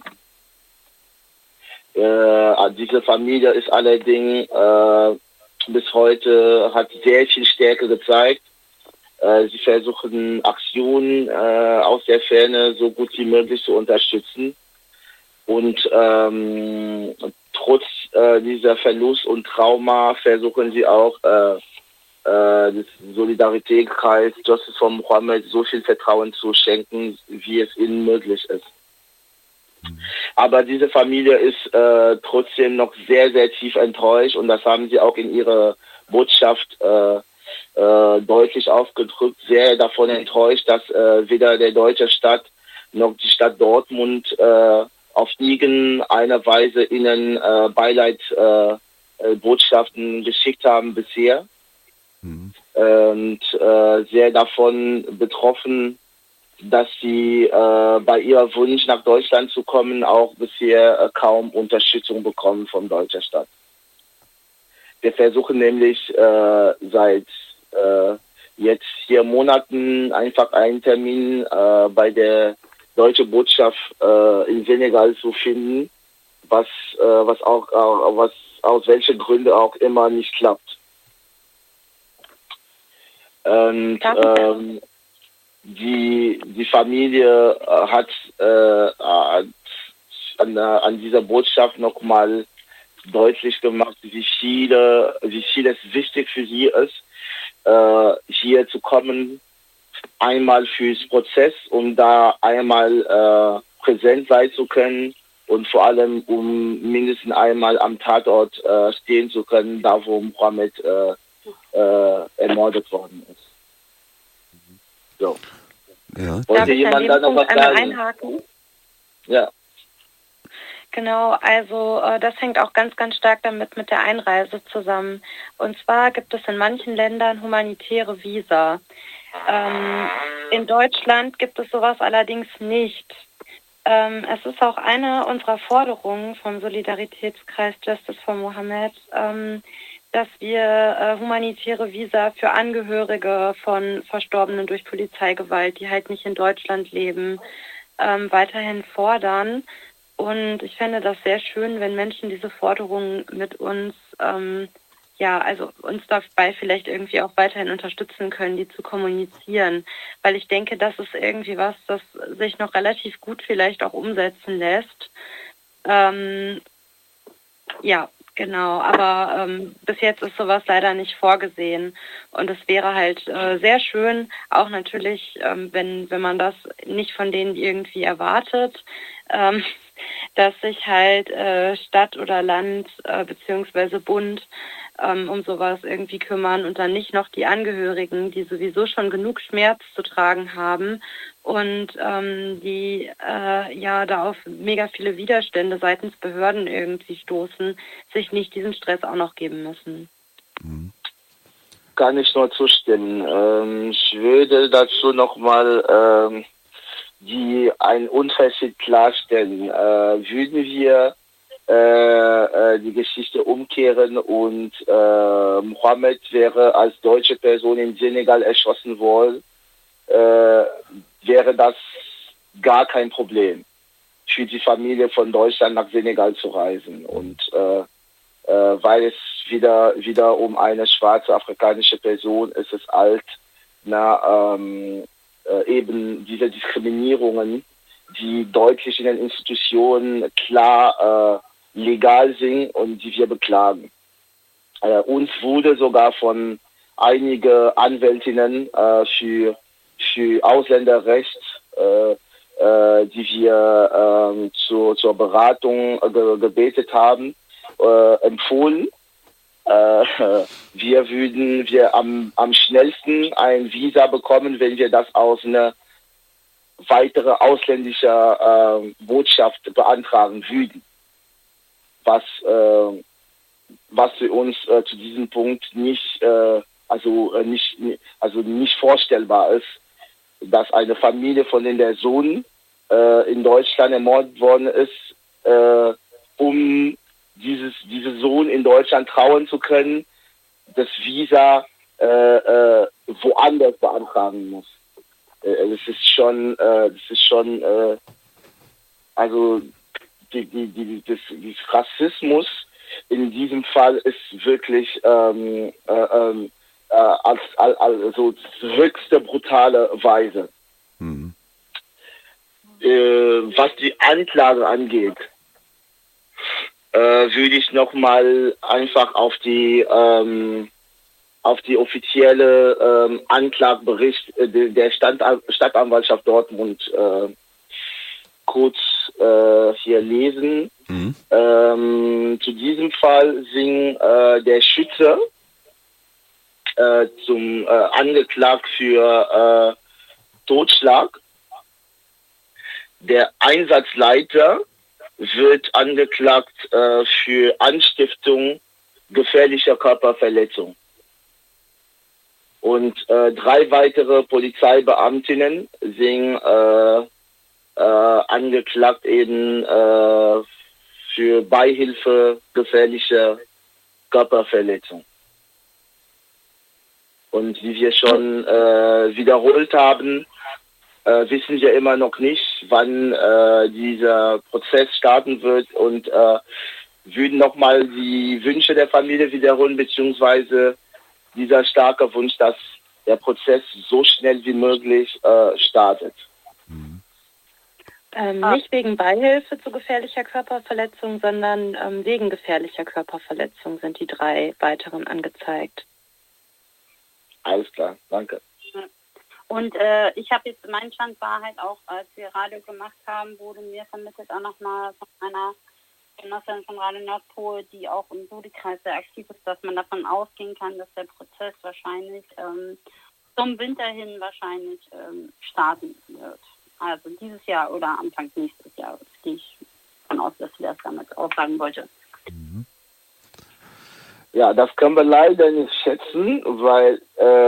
Diese Familie ist allerdings bis heute, hat sehr viel Stärke gezeigt. Sie versuchen Aktionen aus der Ferne so gut wie möglich zu unterstützen. Und trotz dieser Verlust und Trauma versuchen sie auch, des Solidaritätskreis Justice for Mohammed so viel Vertrauen zu schenken, wie es ihnen möglich ist. Aber diese Familie ist trotzdem noch sehr, sehr tief enttäuscht und das haben sie auch in ihrer Botschaft deutlich ausgedrückt, sehr davon enttäuscht, dass weder der deutsche Staat noch die Stadt Dortmund auf irgendeine Weise ihnen Beileidsbotschaften geschickt haben bisher. Und sehr davon betroffen, dass sie bei ihrem Wunsch nach Deutschland zu kommen auch bisher kaum Unterstützung bekommen vom deutschen Staat. Wir versuchen nämlich seit jetzt 4 Monaten einfach einen Termin bei der deutschen Botschaft in Senegal zu finden, was aus welchen Gründen auch immer nicht klappt. Und die Familie hat an dieser Botschaft nochmal deutlich gemacht, wie viel es wichtig für sie ist, hier zu kommen, einmal fürs Prozess, um da einmal präsent sein zu können und vor allem, um mindestens einmal am Tatort stehen zu können, da wo Mohammed ermordet worden ist. So. Ja. Darf ich an dem Punkt einmal einhaken? Ja. Genau, also das hängt auch ganz, ganz stark damit mit der Einreise zusammen. Und zwar gibt es in manchen Ländern humanitäre Visa. In Deutschland gibt es sowas allerdings nicht. Es ist auch eine unserer Forderungen vom Solidaritätskreis Justice for Mohammed, dass wir humanitäre Visa für Angehörige von Verstorbenen durch Polizeigewalt, die halt nicht in Deutschland leben, weiterhin fordern. Und ich fände das sehr schön, wenn Menschen diese Forderungen mit uns, uns dabei vielleicht irgendwie auch weiterhin unterstützen können, die zu kommunizieren. Weil ich denke, das ist irgendwie was, das sich noch relativ gut vielleicht auch umsetzen lässt. Genau, aber bis jetzt ist sowas leider nicht vorgesehen und es wäre halt sehr schön, auch natürlich, wenn man das nicht von denen irgendwie erwartet, dass sich halt Stadt oder Land beziehungsweise Bund um sowas irgendwie kümmern und dann nicht noch die Angehörigen, die sowieso schon genug Schmerz zu tragen haben und die da auf mega viele Widerstände seitens Behörden irgendwie stoßen, sich nicht diesen Stress auch noch geben müssen. kann ich nur zustimmen. Ich würde dazu nochmal einen Unterschied klarstellen. Würden wir die Geschichte umkehren und Mohammed wäre als deutsche Person in Senegal erschossen worden, wäre das gar kein Problem für die Familie von Deutschland nach Senegal zu reisen. Und weil es wieder um eine schwarze afrikanische Person ist, es halt eben diese Diskriminierungen, die deutlich in den Institutionen klar legal sind und die wir beklagen. Uns wurde sogar von einigen Anwältinnen für Ausländerrecht, die wir zur Beratung gebetet haben, empfohlen. Wir würden am schnellsten ein Visa bekommen, wenn wir das aus einer weitere ausländischer Botschaft beantragen würden, was für uns zu diesem Punkt nicht vorstellbar ist, dass eine Familie, von der der Sohn in Deutschland ermordet worden ist, um diese Sohn in Deutschland trauen zu können, das Visa woanders beantragen muss. Das ist schon Rassismus in diesem Fall ist wirklich also höchste brutale Weise. Mhm. Was die Anklage angeht, würde ich nochmal einfach auf die offizielle Anklagebericht der Stadtanwaltschaft Dortmund kurz hier lesen. Mhm. Zu diesem Fall sind der Schütze angeklagt für Totschlag. Der Einsatzleiter wird angeklagt für Anstiftung gefährlicher Körperverletzung. Und 3 weitere Polizeibeamtinnen sind angeklagt eben für Beihilfe gefährlicher Körperverletzung. Und wie wir schon wiederholt haben, wissen wir immer noch nicht, wann dieser Prozess starten wird und würden nochmal die Wünsche der Familie wiederholen, beziehungsweise dieser starke Wunsch, dass der Prozess so schnell wie möglich startet. Nicht wegen Beihilfe zu gefährlicher Körperverletzung, sondern wegen gefährlicher Körperverletzung sind die 3 weiteren angezeigt. Alles klar, danke. Und ich habe jetzt, mein Stand war halt auch, als wir Radio gemacht haben, wurde mir vermittelt auch nochmal von einer Genossin von Radio Nordpol, die auch im Sudi-Kreis sehr aktiv ist, dass man davon ausgehen kann, dass der Prozess wahrscheinlich zum Winter hin wahrscheinlich starten wird. Also dieses Jahr oder Anfang nächstes Jahr gehe ich davon aus, dass sie das damit auch sagen wollte. Mhm. Ja, das können wir leider nicht schätzen, weil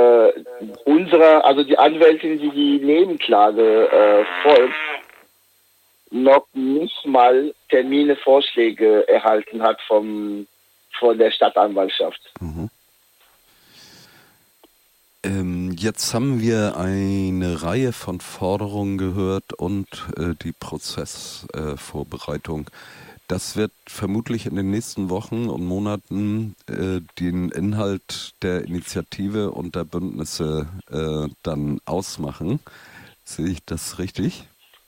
die Anwältin, die Nebenklage folgt, noch nicht mal Termine, Vorschläge erhalten hat von der Stadtanwaltschaft. Mhm. Jetzt haben wir eine Reihe von Forderungen gehört und die Prozessvorbereitung. Das wird vermutlich in den nächsten Wochen und Monaten den Inhalt der Initiative und der Bündnisse dann ausmachen. Sehe ich das richtig?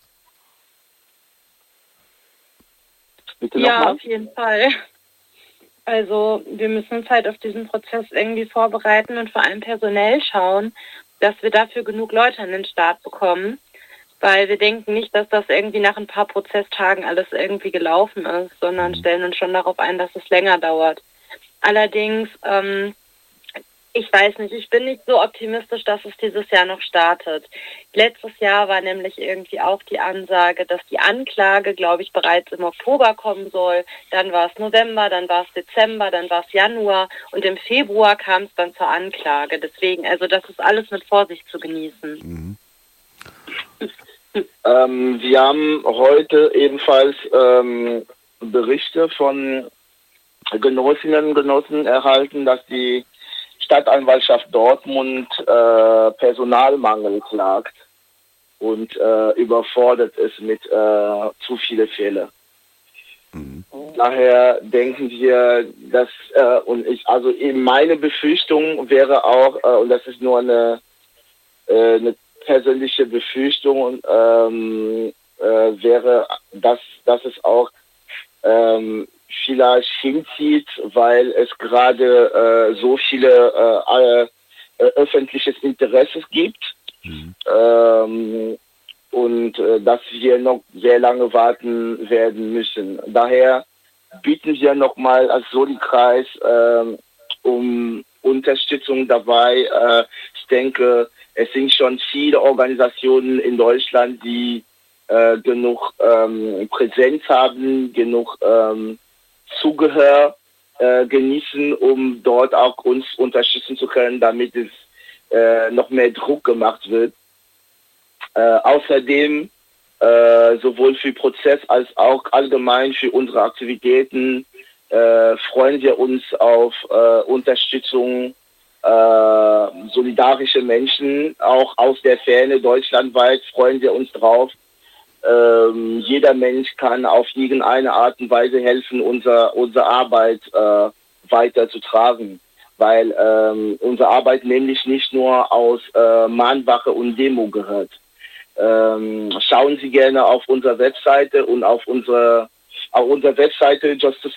Bitte ja, auf jeden Fall. Also wir müssen uns halt auf diesen Prozess irgendwie vorbereiten und vor allem personell schauen, dass wir dafür genug Leute an den Start bekommen. Weil wir denken nicht, dass das irgendwie nach ein paar Prozesstagen alles irgendwie gelaufen ist, sondern stellen uns schon darauf ein, dass es länger dauert. Allerdings Ich weiß nicht, ich bin nicht so optimistisch, dass es dieses Jahr noch startet. Letztes Jahr war nämlich irgendwie auch die Ansage, dass die Anklage, glaube ich, bereits im Oktober kommen soll. Dann war es November, dann war es Dezember, dann war es Januar und im Februar kam es dann zur Anklage. Deswegen, also das ist alles mit Vorsicht zu genießen. Mhm. Wir haben heute ebenfalls Berichte von Genossinnen und Genossen erhalten, dass die Stadtanwaltschaft Dortmund Personalmangel klagt und überfordert ist mit zu viele Fälle. Mhm. Daher denken wir, dass also eben meine Befürchtung wäre auch, und das ist nur eine persönliche Befürchtung, wäre, dass es auch vielleicht hinzieht, weil es gerade so viele öffentliches Interesse gibt, und dass wir noch sehr lange warten werden müssen. Daher bieten wir nochmal als Soli-Kreis um Unterstützung dabei. Ich denke, es sind schon viele Organisationen in Deutschland, die genug Präsenz haben, genug Zugehör genießen, um dort auch uns unterstützen zu können, damit es noch mehr Druck gemacht wird. Außerdem sowohl für Prozess als auch allgemein für unsere Aktivitäten freuen wir uns auf Unterstützung solidarische Menschen, auch aus der Ferne deutschlandweit freuen wir uns drauf. Jeder Mensch kann auf irgendeine Art und Weise helfen, unsere Arbeit weiterzutragen, weil unsere Arbeit nämlich nicht nur aus Mahnwache und Demo gehört. Schauen Sie gerne auf unserer Webseite und auf unserer Webseite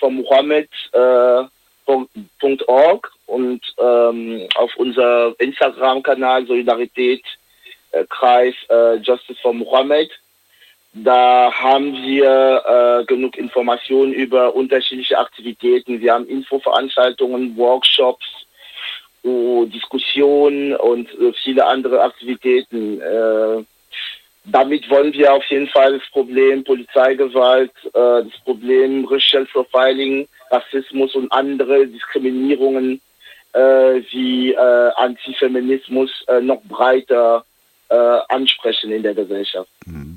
justiceformuhammad.org und auf unser Instagram-Kanal Solidarität Kreis Justice for Muhammad. Da haben wir genug Informationen über unterschiedliche Aktivitäten. Wir haben Infoveranstaltungen, Workshops, Diskussionen und viele andere Aktivitäten. Damit wollen wir auf jeden Fall das Problem Polizeigewalt, das Problem Racial Profiling, Rassismus und andere Diskriminierungen wie Antifeminismus noch breiter ansprechen in der Gesellschaft. Mhm.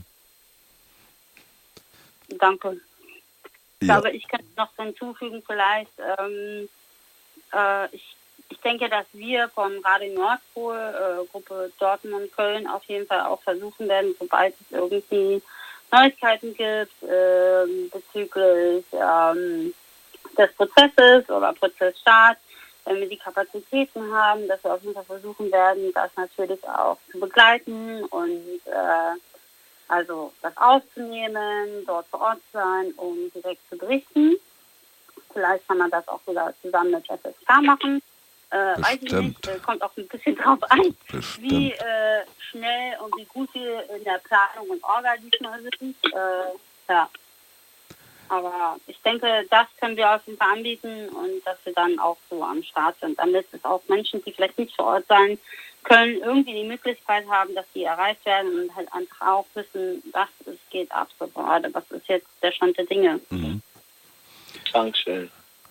Danke. Ich glaube, ich kann noch hinzufügen vielleicht, ich denke, dass wir vom Radio Nordpol, Gruppe Dortmund, Köln auf jeden Fall auch versuchen werden, sobald es irgendwie Neuigkeiten gibt bezüglich des Prozesses oder Prozessstart, wenn wir die Kapazitäten haben, dass wir auf jeden Fall versuchen werden, das natürlich auch zu begleiten und also das aufzunehmen, dort vor Ort sein, um direkt zu berichten. Vielleicht kann man das auch sogar zusammen mit FSK machen. Weiß ich nicht, kommt auch ein bisschen drauf an, wie schnell und wie gut wir in der Planung und Orga diesmal sind. Ja. Aber ich denke, das können wir auf jeden Fall anbieten und dass wir dann auch so am Start sind, damit es auch Menschen, die vielleicht nicht vor Ort sein können, irgendwie die Möglichkeit haben, dass die erreicht werden und halt einfach auch wissen, was es geht ab so gerade, was ist jetzt der Stand der Dinge. Mhm. Dankeschön.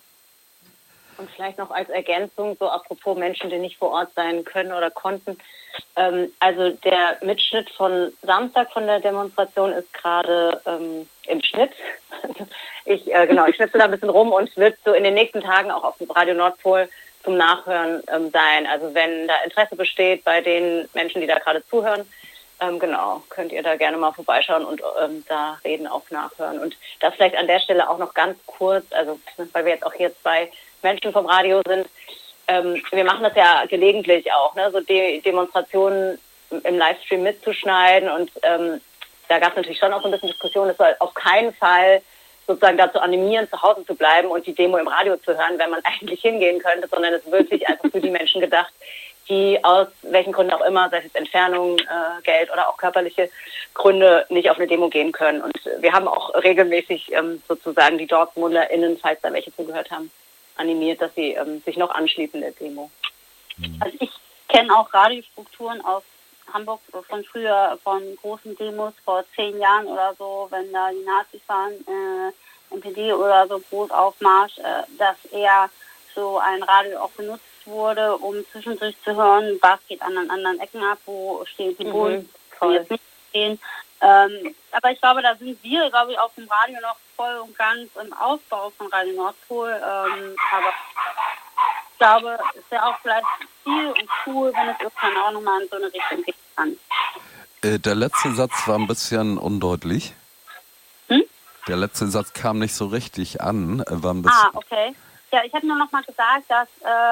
Und vielleicht noch als Ergänzung, so apropos Menschen, die nicht vor Ort sein können oder konnten. Also der Mitschnitt von Samstag von der Demonstration ist gerade im Schnitt. Ich schnitze da ein bisschen rum und wird so in den nächsten Tagen auch auf dem Radio Nordpol zum Nachhören sein. Also wenn da Interesse besteht bei den Menschen, die da gerade zuhören, könnt ihr da gerne mal vorbeischauen und da reden, auch nachhören. Und das vielleicht an der Stelle auch noch ganz kurz, also weil wir jetzt auch hier zwei Menschen vom Radio sind, wir machen das ja gelegentlich auch, ne, so Demonstrationen im Livestream mitzuschneiden und da gab es natürlich schon auch so ein bisschen Diskussion, es soll auf keinen Fall sozusagen dazu animieren, zu Hause zu bleiben und die Demo im Radio zu hören, wenn man eigentlich hingehen könnte, sondern es ist wirklich einfach für die Menschen gedacht, die aus welchen Gründen auch immer, sei es jetzt Entfernung, Geld oder auch körperliche Gründe, nicht auf eine Demo gehen können. Und wir haben auch regelmäßig sozusagen die DortmunderInnen, falls da welche zugehört haben, animiert, dass sie sich noch anschließen der Demo. Also ich kenne auch Radiostrukturen aus Hamburg von früher, von großen Demos vor 10 Jahren oder so, wenn da die Nazis waren, NPD oder so groß Aufmarsch, dass eher so ein Radio auch benutzt wurde, um zwischendurch zu hören, was geht an den anderen Ecken ab, wo stehen die Bullen, die jetzt nicht stehen. Aber ich glaube, da sind wir, glaube ich, auf dem Radio noch voll und ganz im Aufbau von Radio Nordpol. Aber ich glaube, es wäre auch vielleicht viel und cool, wenn es irgendwann auch nochmal in so eine Richtung gehen kann. Der letzte Satz war ein bisschen undeutlich. Der letzte Satz kam nicht so richtig an. War ein bisschen okay. Ja, ich habe nur noch mal gesagt, dass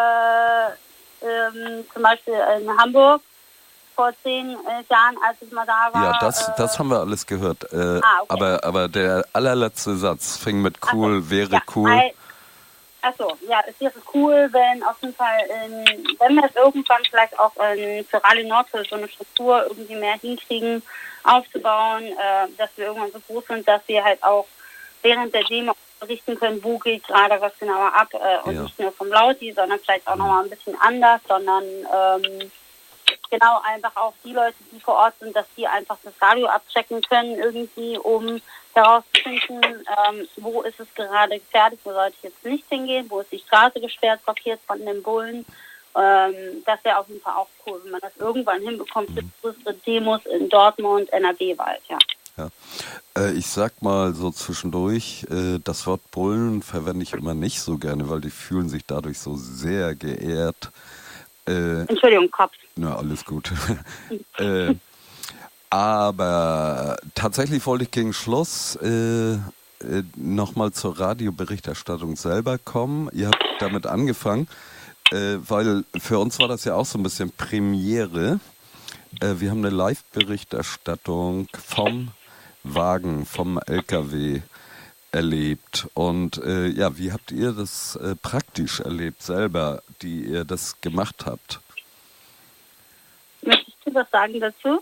zum Beispiel in Hamburg vor 10 Jahren, als ich mal da war... Ja, das haben wir alles gehört. Okay. Aber der allerletzte Satz fing mit cool, wäre cool. Achso, ja, es wäre cool, wenn auf jeden Fall, wenn wir es irgendwann vielleicht auch für Radio Nordpol so eine Struktur irgendwie mehr hinkriegen, aufzubauen, dass wir irgendwann so groß sind, dass wir halt auch während der Demo berichten können, wo geht gerade was genauer ab und nicht nur vom Lauti, sondern vielleicht auch nochmal ein bisschen anders, sondern genau einfach auch die Leute, die vor Ort sind, dass die einfach das Radio abchecken können irgendwie, um herauszufinden, wo ist es gerade gefährdet, wo sollte ich jetzt nicht hingehen, wo ist die Straße gesperrt, blockiert von den Bullen. Das wäre auf jeden Fall auch cool, wenn man das irgendwann hinbekommt, für größere Demos in Dortmund, NRW-Wald, ja. Ich sag mal so zwischendurch, das Wort Bullen verwende ich immer nicht so gerne, weil die fühlen sich dadurch so sehr geehrt. Entschuldigung, Kopf. Na, alles gut. Aber tatsächlich wollte ich gegen Schluss nochmal zur Radioberichterstattung selber kommen. Ihr habt damit angefangen, weil für uns war das ja auch so ein bisschen Premiere. Wir haben eine Live-Berichterstattung vom Wagen, vom LKW erlebt. Und wie habt ihr das praktisch erlebt selber, die ihr das gemacht habt? Möchtest du was sagen dazu?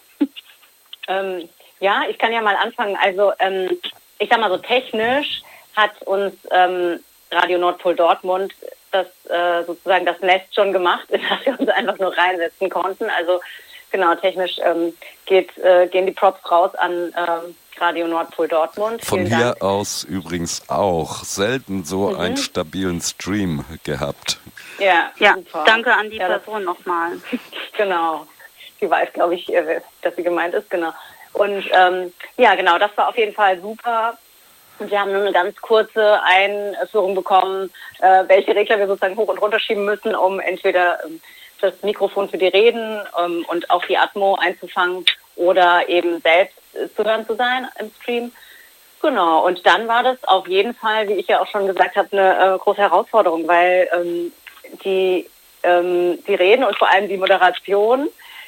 Ja, ich kann ja mal anfangen. Also ich sag mal so, technisch hat uns Radio Nordpol Dortmund das sozusagen das Nest schon gemacht, in das wir uns einfach nur reinsetzen konnten. Also genau, technisch gehen die Props raus an Radio Nordpol Dortmund. Von hier aus übrigens auch selten so einen stabilen Stream gehabt. Ja, super. Danke an die Person nochmal. Genau. Sie weiß, glaube ich, dass sie gemeint ist, genau. Und genau, das war auf jeden Fall super. Und wir haben nur eine ganz kurze Einführung bekommen, welche Regler wir sozusagen hoch und runter schieben müssen, um entweder das Mikrofon für die Reden und auch die Atmo einzufangen oder eben selbst zu hören zu sein im Stream. Genau, und dann war das auf jeden Fall, wie ich ja auch schon gesagt habe, eine große Herausforderung, weil die Reden und vor allem die Moderation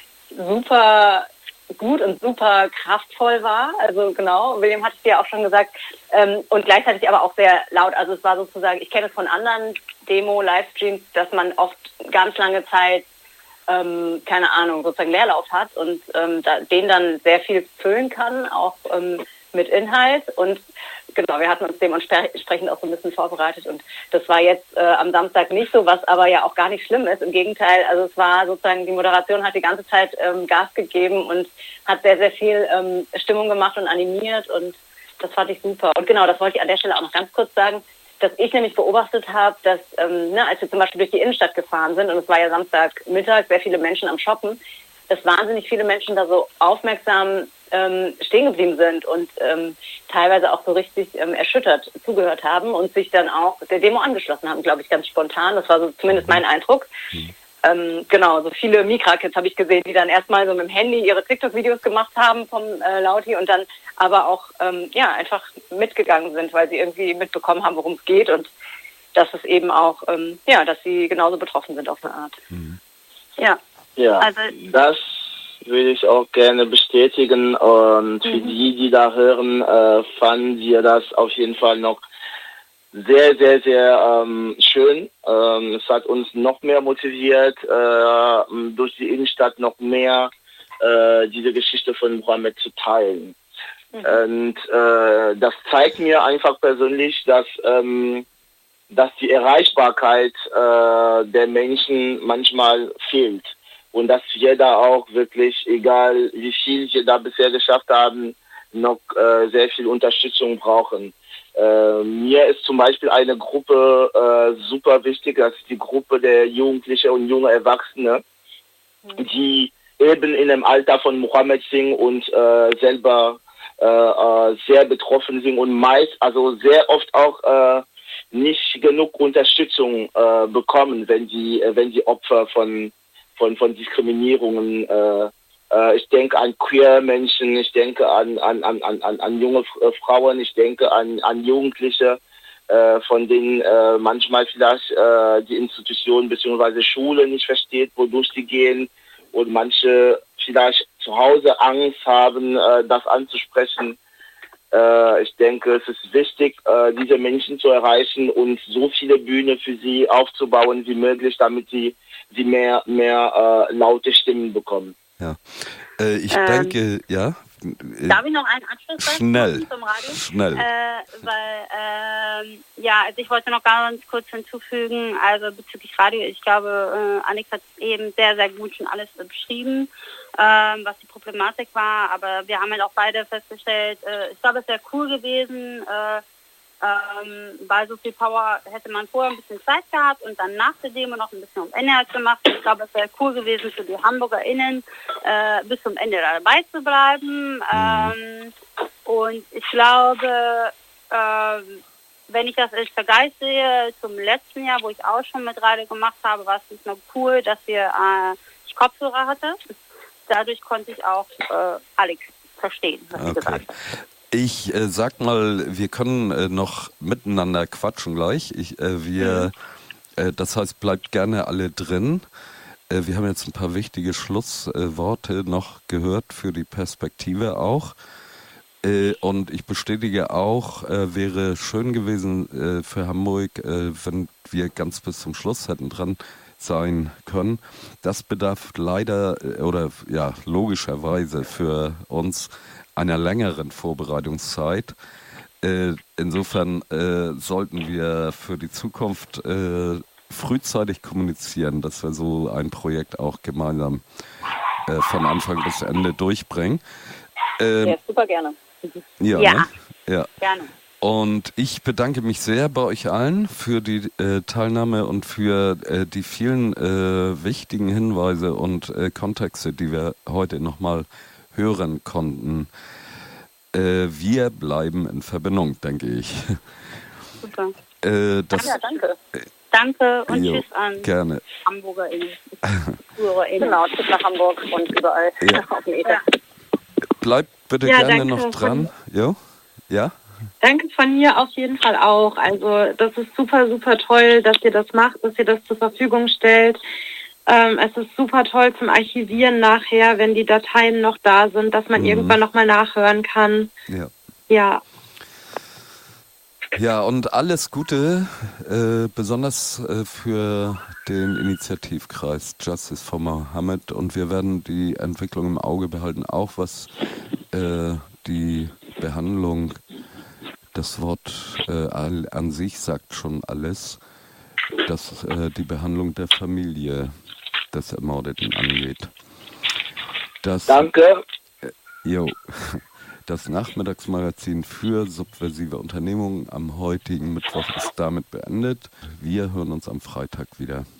super gut und super kraftvoll war. Also genau, William hatte es ja auch schon gesagt. Und gleichzeitig aber auch sehr laut. Also es war sozusagen, ich kenne es von anderen Demo-Livestreams, dass man oft ganz lange Zeit, keine Ahnung, sozusagen Leerlauf hat und den dann sehr viel füllen kann, auch mit Inhalt. Und genau, wir hatten uns dementsprechend auch so ein bisschen vorbereitet. Und das war jetzt am Samstag nicht so, was aber ja auch gar nicht schlimm ist. Im Gegenteil, also es war sozusagen, die Moderation hat die ganze Zeit Gas gegeben und hat sehr, sehr viel Stimmung gemacht und animiert. Und das fand ich super. Und genau, das wollte ich an der Stelle auch noch ganz kurz sagen, dass ich nämlich beobachtet habe, dass als wir zum Beispiel durch die Innenstadt gefahren sind, und es war ja Samstagmittag, sehr viele Menschen am Shoppen, dass wahnsinnig viele Menschen da so aufmerksam stehen geblieben sind und teilweise auch so richtig erschüttert zugehört haben und sich dann auch der Demo angeschlossen haben, glaube ich, ganz spontan. Das war so zumindest mein Eindruck. Genau, so viele Mikra-Kids habe ich gesehen, die dann erstmal so mit dem Handy ihre TikTok-Videos gemacht haben vom Lauti und dann aber auch einfach mitgegangen sind, weil sie irgendwie mitbekommen haben, worum es geht und dass es eben auch, dass sie genauso betroffen sind auf eine Art. Ja, also das würde ich auch gerne bestätigen und für die da hören, fanden wir das auf jeden Fall noch sehr, sehr, sehr schön. Es hat uns noch mehr motiviert, durch die Innenstadt noch mehr diese Geschichte von Mohammed zu teilen. Und das zeigt mir einfach persönlich, dass dass die Erreichbarkeit der Menschen manchmal fehlt und dass wir da auch wirklich, egal wie viel wir da bisher geschafft haben, noch sehr viel Unterstützung brauchen. Mir ist zum Beispiel eine Gruppe super wichtig, das ist die Gruppe der Jugendlichen und junge Erwachsene, die eben in dem Alter von Mohammed sind und selber sehr betroffen sind und also sehr oft auch nicht genug Unterstützung bekommen, wenn sie Opfer von Diskriminierungen. Ich denke an queer Menschen, ich denke an junge Frauen, ich denke an Jugendliche, von denen manchmal vielleicht die Institution bzw. Schule nicht versteht, wodurch sie gehen, und manche vielleicht zu Hause Angst haben, das anzusprechen. Ich denke, es ist wichtig, diese Menschen zu erreichen und so viele Bühnen für sie aufzubauen wie möglich, damit sie mehr laute Stimmen bekommen. Ja, ich denke, ja. Darf ich noch einen Anschluss Schnell. zum Radio? Schnell. Also ich wollte noch ganz kurz hinzufügen, also bezüglich Radio, ich glaube, Alex hat eben sehr, sehr gut schon alles beschrieben, was die Problematik war, aber wir haben halt auch beide festgestellt, ich glaube, es wäre cool gewesen, bei so viel Power hätte man vorher ein bisschen Zeit gehabt und dann nach der Demo noch ein bisschen um Ende gemacht. Ich glaube, es wäre cool gewesen für die HamburgerInnen, bis zum Ende dabei zu bleiben. Und ich glaube, wenn ich das als Vergleich sehe zum letzten Jahr, wo ich auch schon mit Radio gemacht habe, war es nicht nur cool, dass ich Kopfhörer hatte. Dadurch konnte ich auch Alex verstehen, was sie gesagt hat. Ich sag mal, wir können noch miteinander quatschen gleich. Das heißt, bleibt gerne alle drin. Wir haben jetzt ein paar wichtige Schlussworte noch gehört für die Perspektive auch. Und ich bestätige auch, wäre schön gewesen für Hamburg, wenn wir ganz bis zum Schluss hätten dran sein können. Das bedarf leider oder ja logischerweise für uns einer längeren Vorbereitungszeit. Insofern sollten wir für die Zukunft frühzeitig kommunizieren, dass wir so ein Projekt auch gemeinsam von Anfang bis Ende durchbringen. Ja, super gerne. Ja, Ja. ne? Ja. Gerne. Und ich bedanke mich sehr bei euch allen für die Teilnahme und für die vielen wichtigen Hinweise und Kontexte, die wir heute nochmal hören konnten. Wir bleiben in Verbindung, denke ich. Super. Danke. Danke und Jo, tschüss an gerne. HamburgerInnen, ZuhörerInnen. Genau, tschüss nach Hamburg und überall auf dem Ether. Bleibt bitte Ja, gerne danke noch dran. Jo? Ja? Danke von mir auf jeden Fall auch. Also das ist super, super toll, dass ihr das macht, dass ihr das zur Verfügung stellt. Es ist super toll zum Archivieren nachher, wenn die Dateien noch da sind, dass man irgendwann nochmal nachhören kann. Ja. Ja. Ja, und alles Gute, besonders für den Initiativkreis Justice for Mohammed. Und wir werden die Entwicklung im Auge behalten, auch was die Behandlung, das Wort an sich sagt schon alles, dass die Behandlung der Familie des Ermordeten angeht. Danke. Das Nachmittagsmagazin für subversive Unternehmungen am heutigen Mittwoch ist damit beendet. Wir hören uns am Freitag wieder.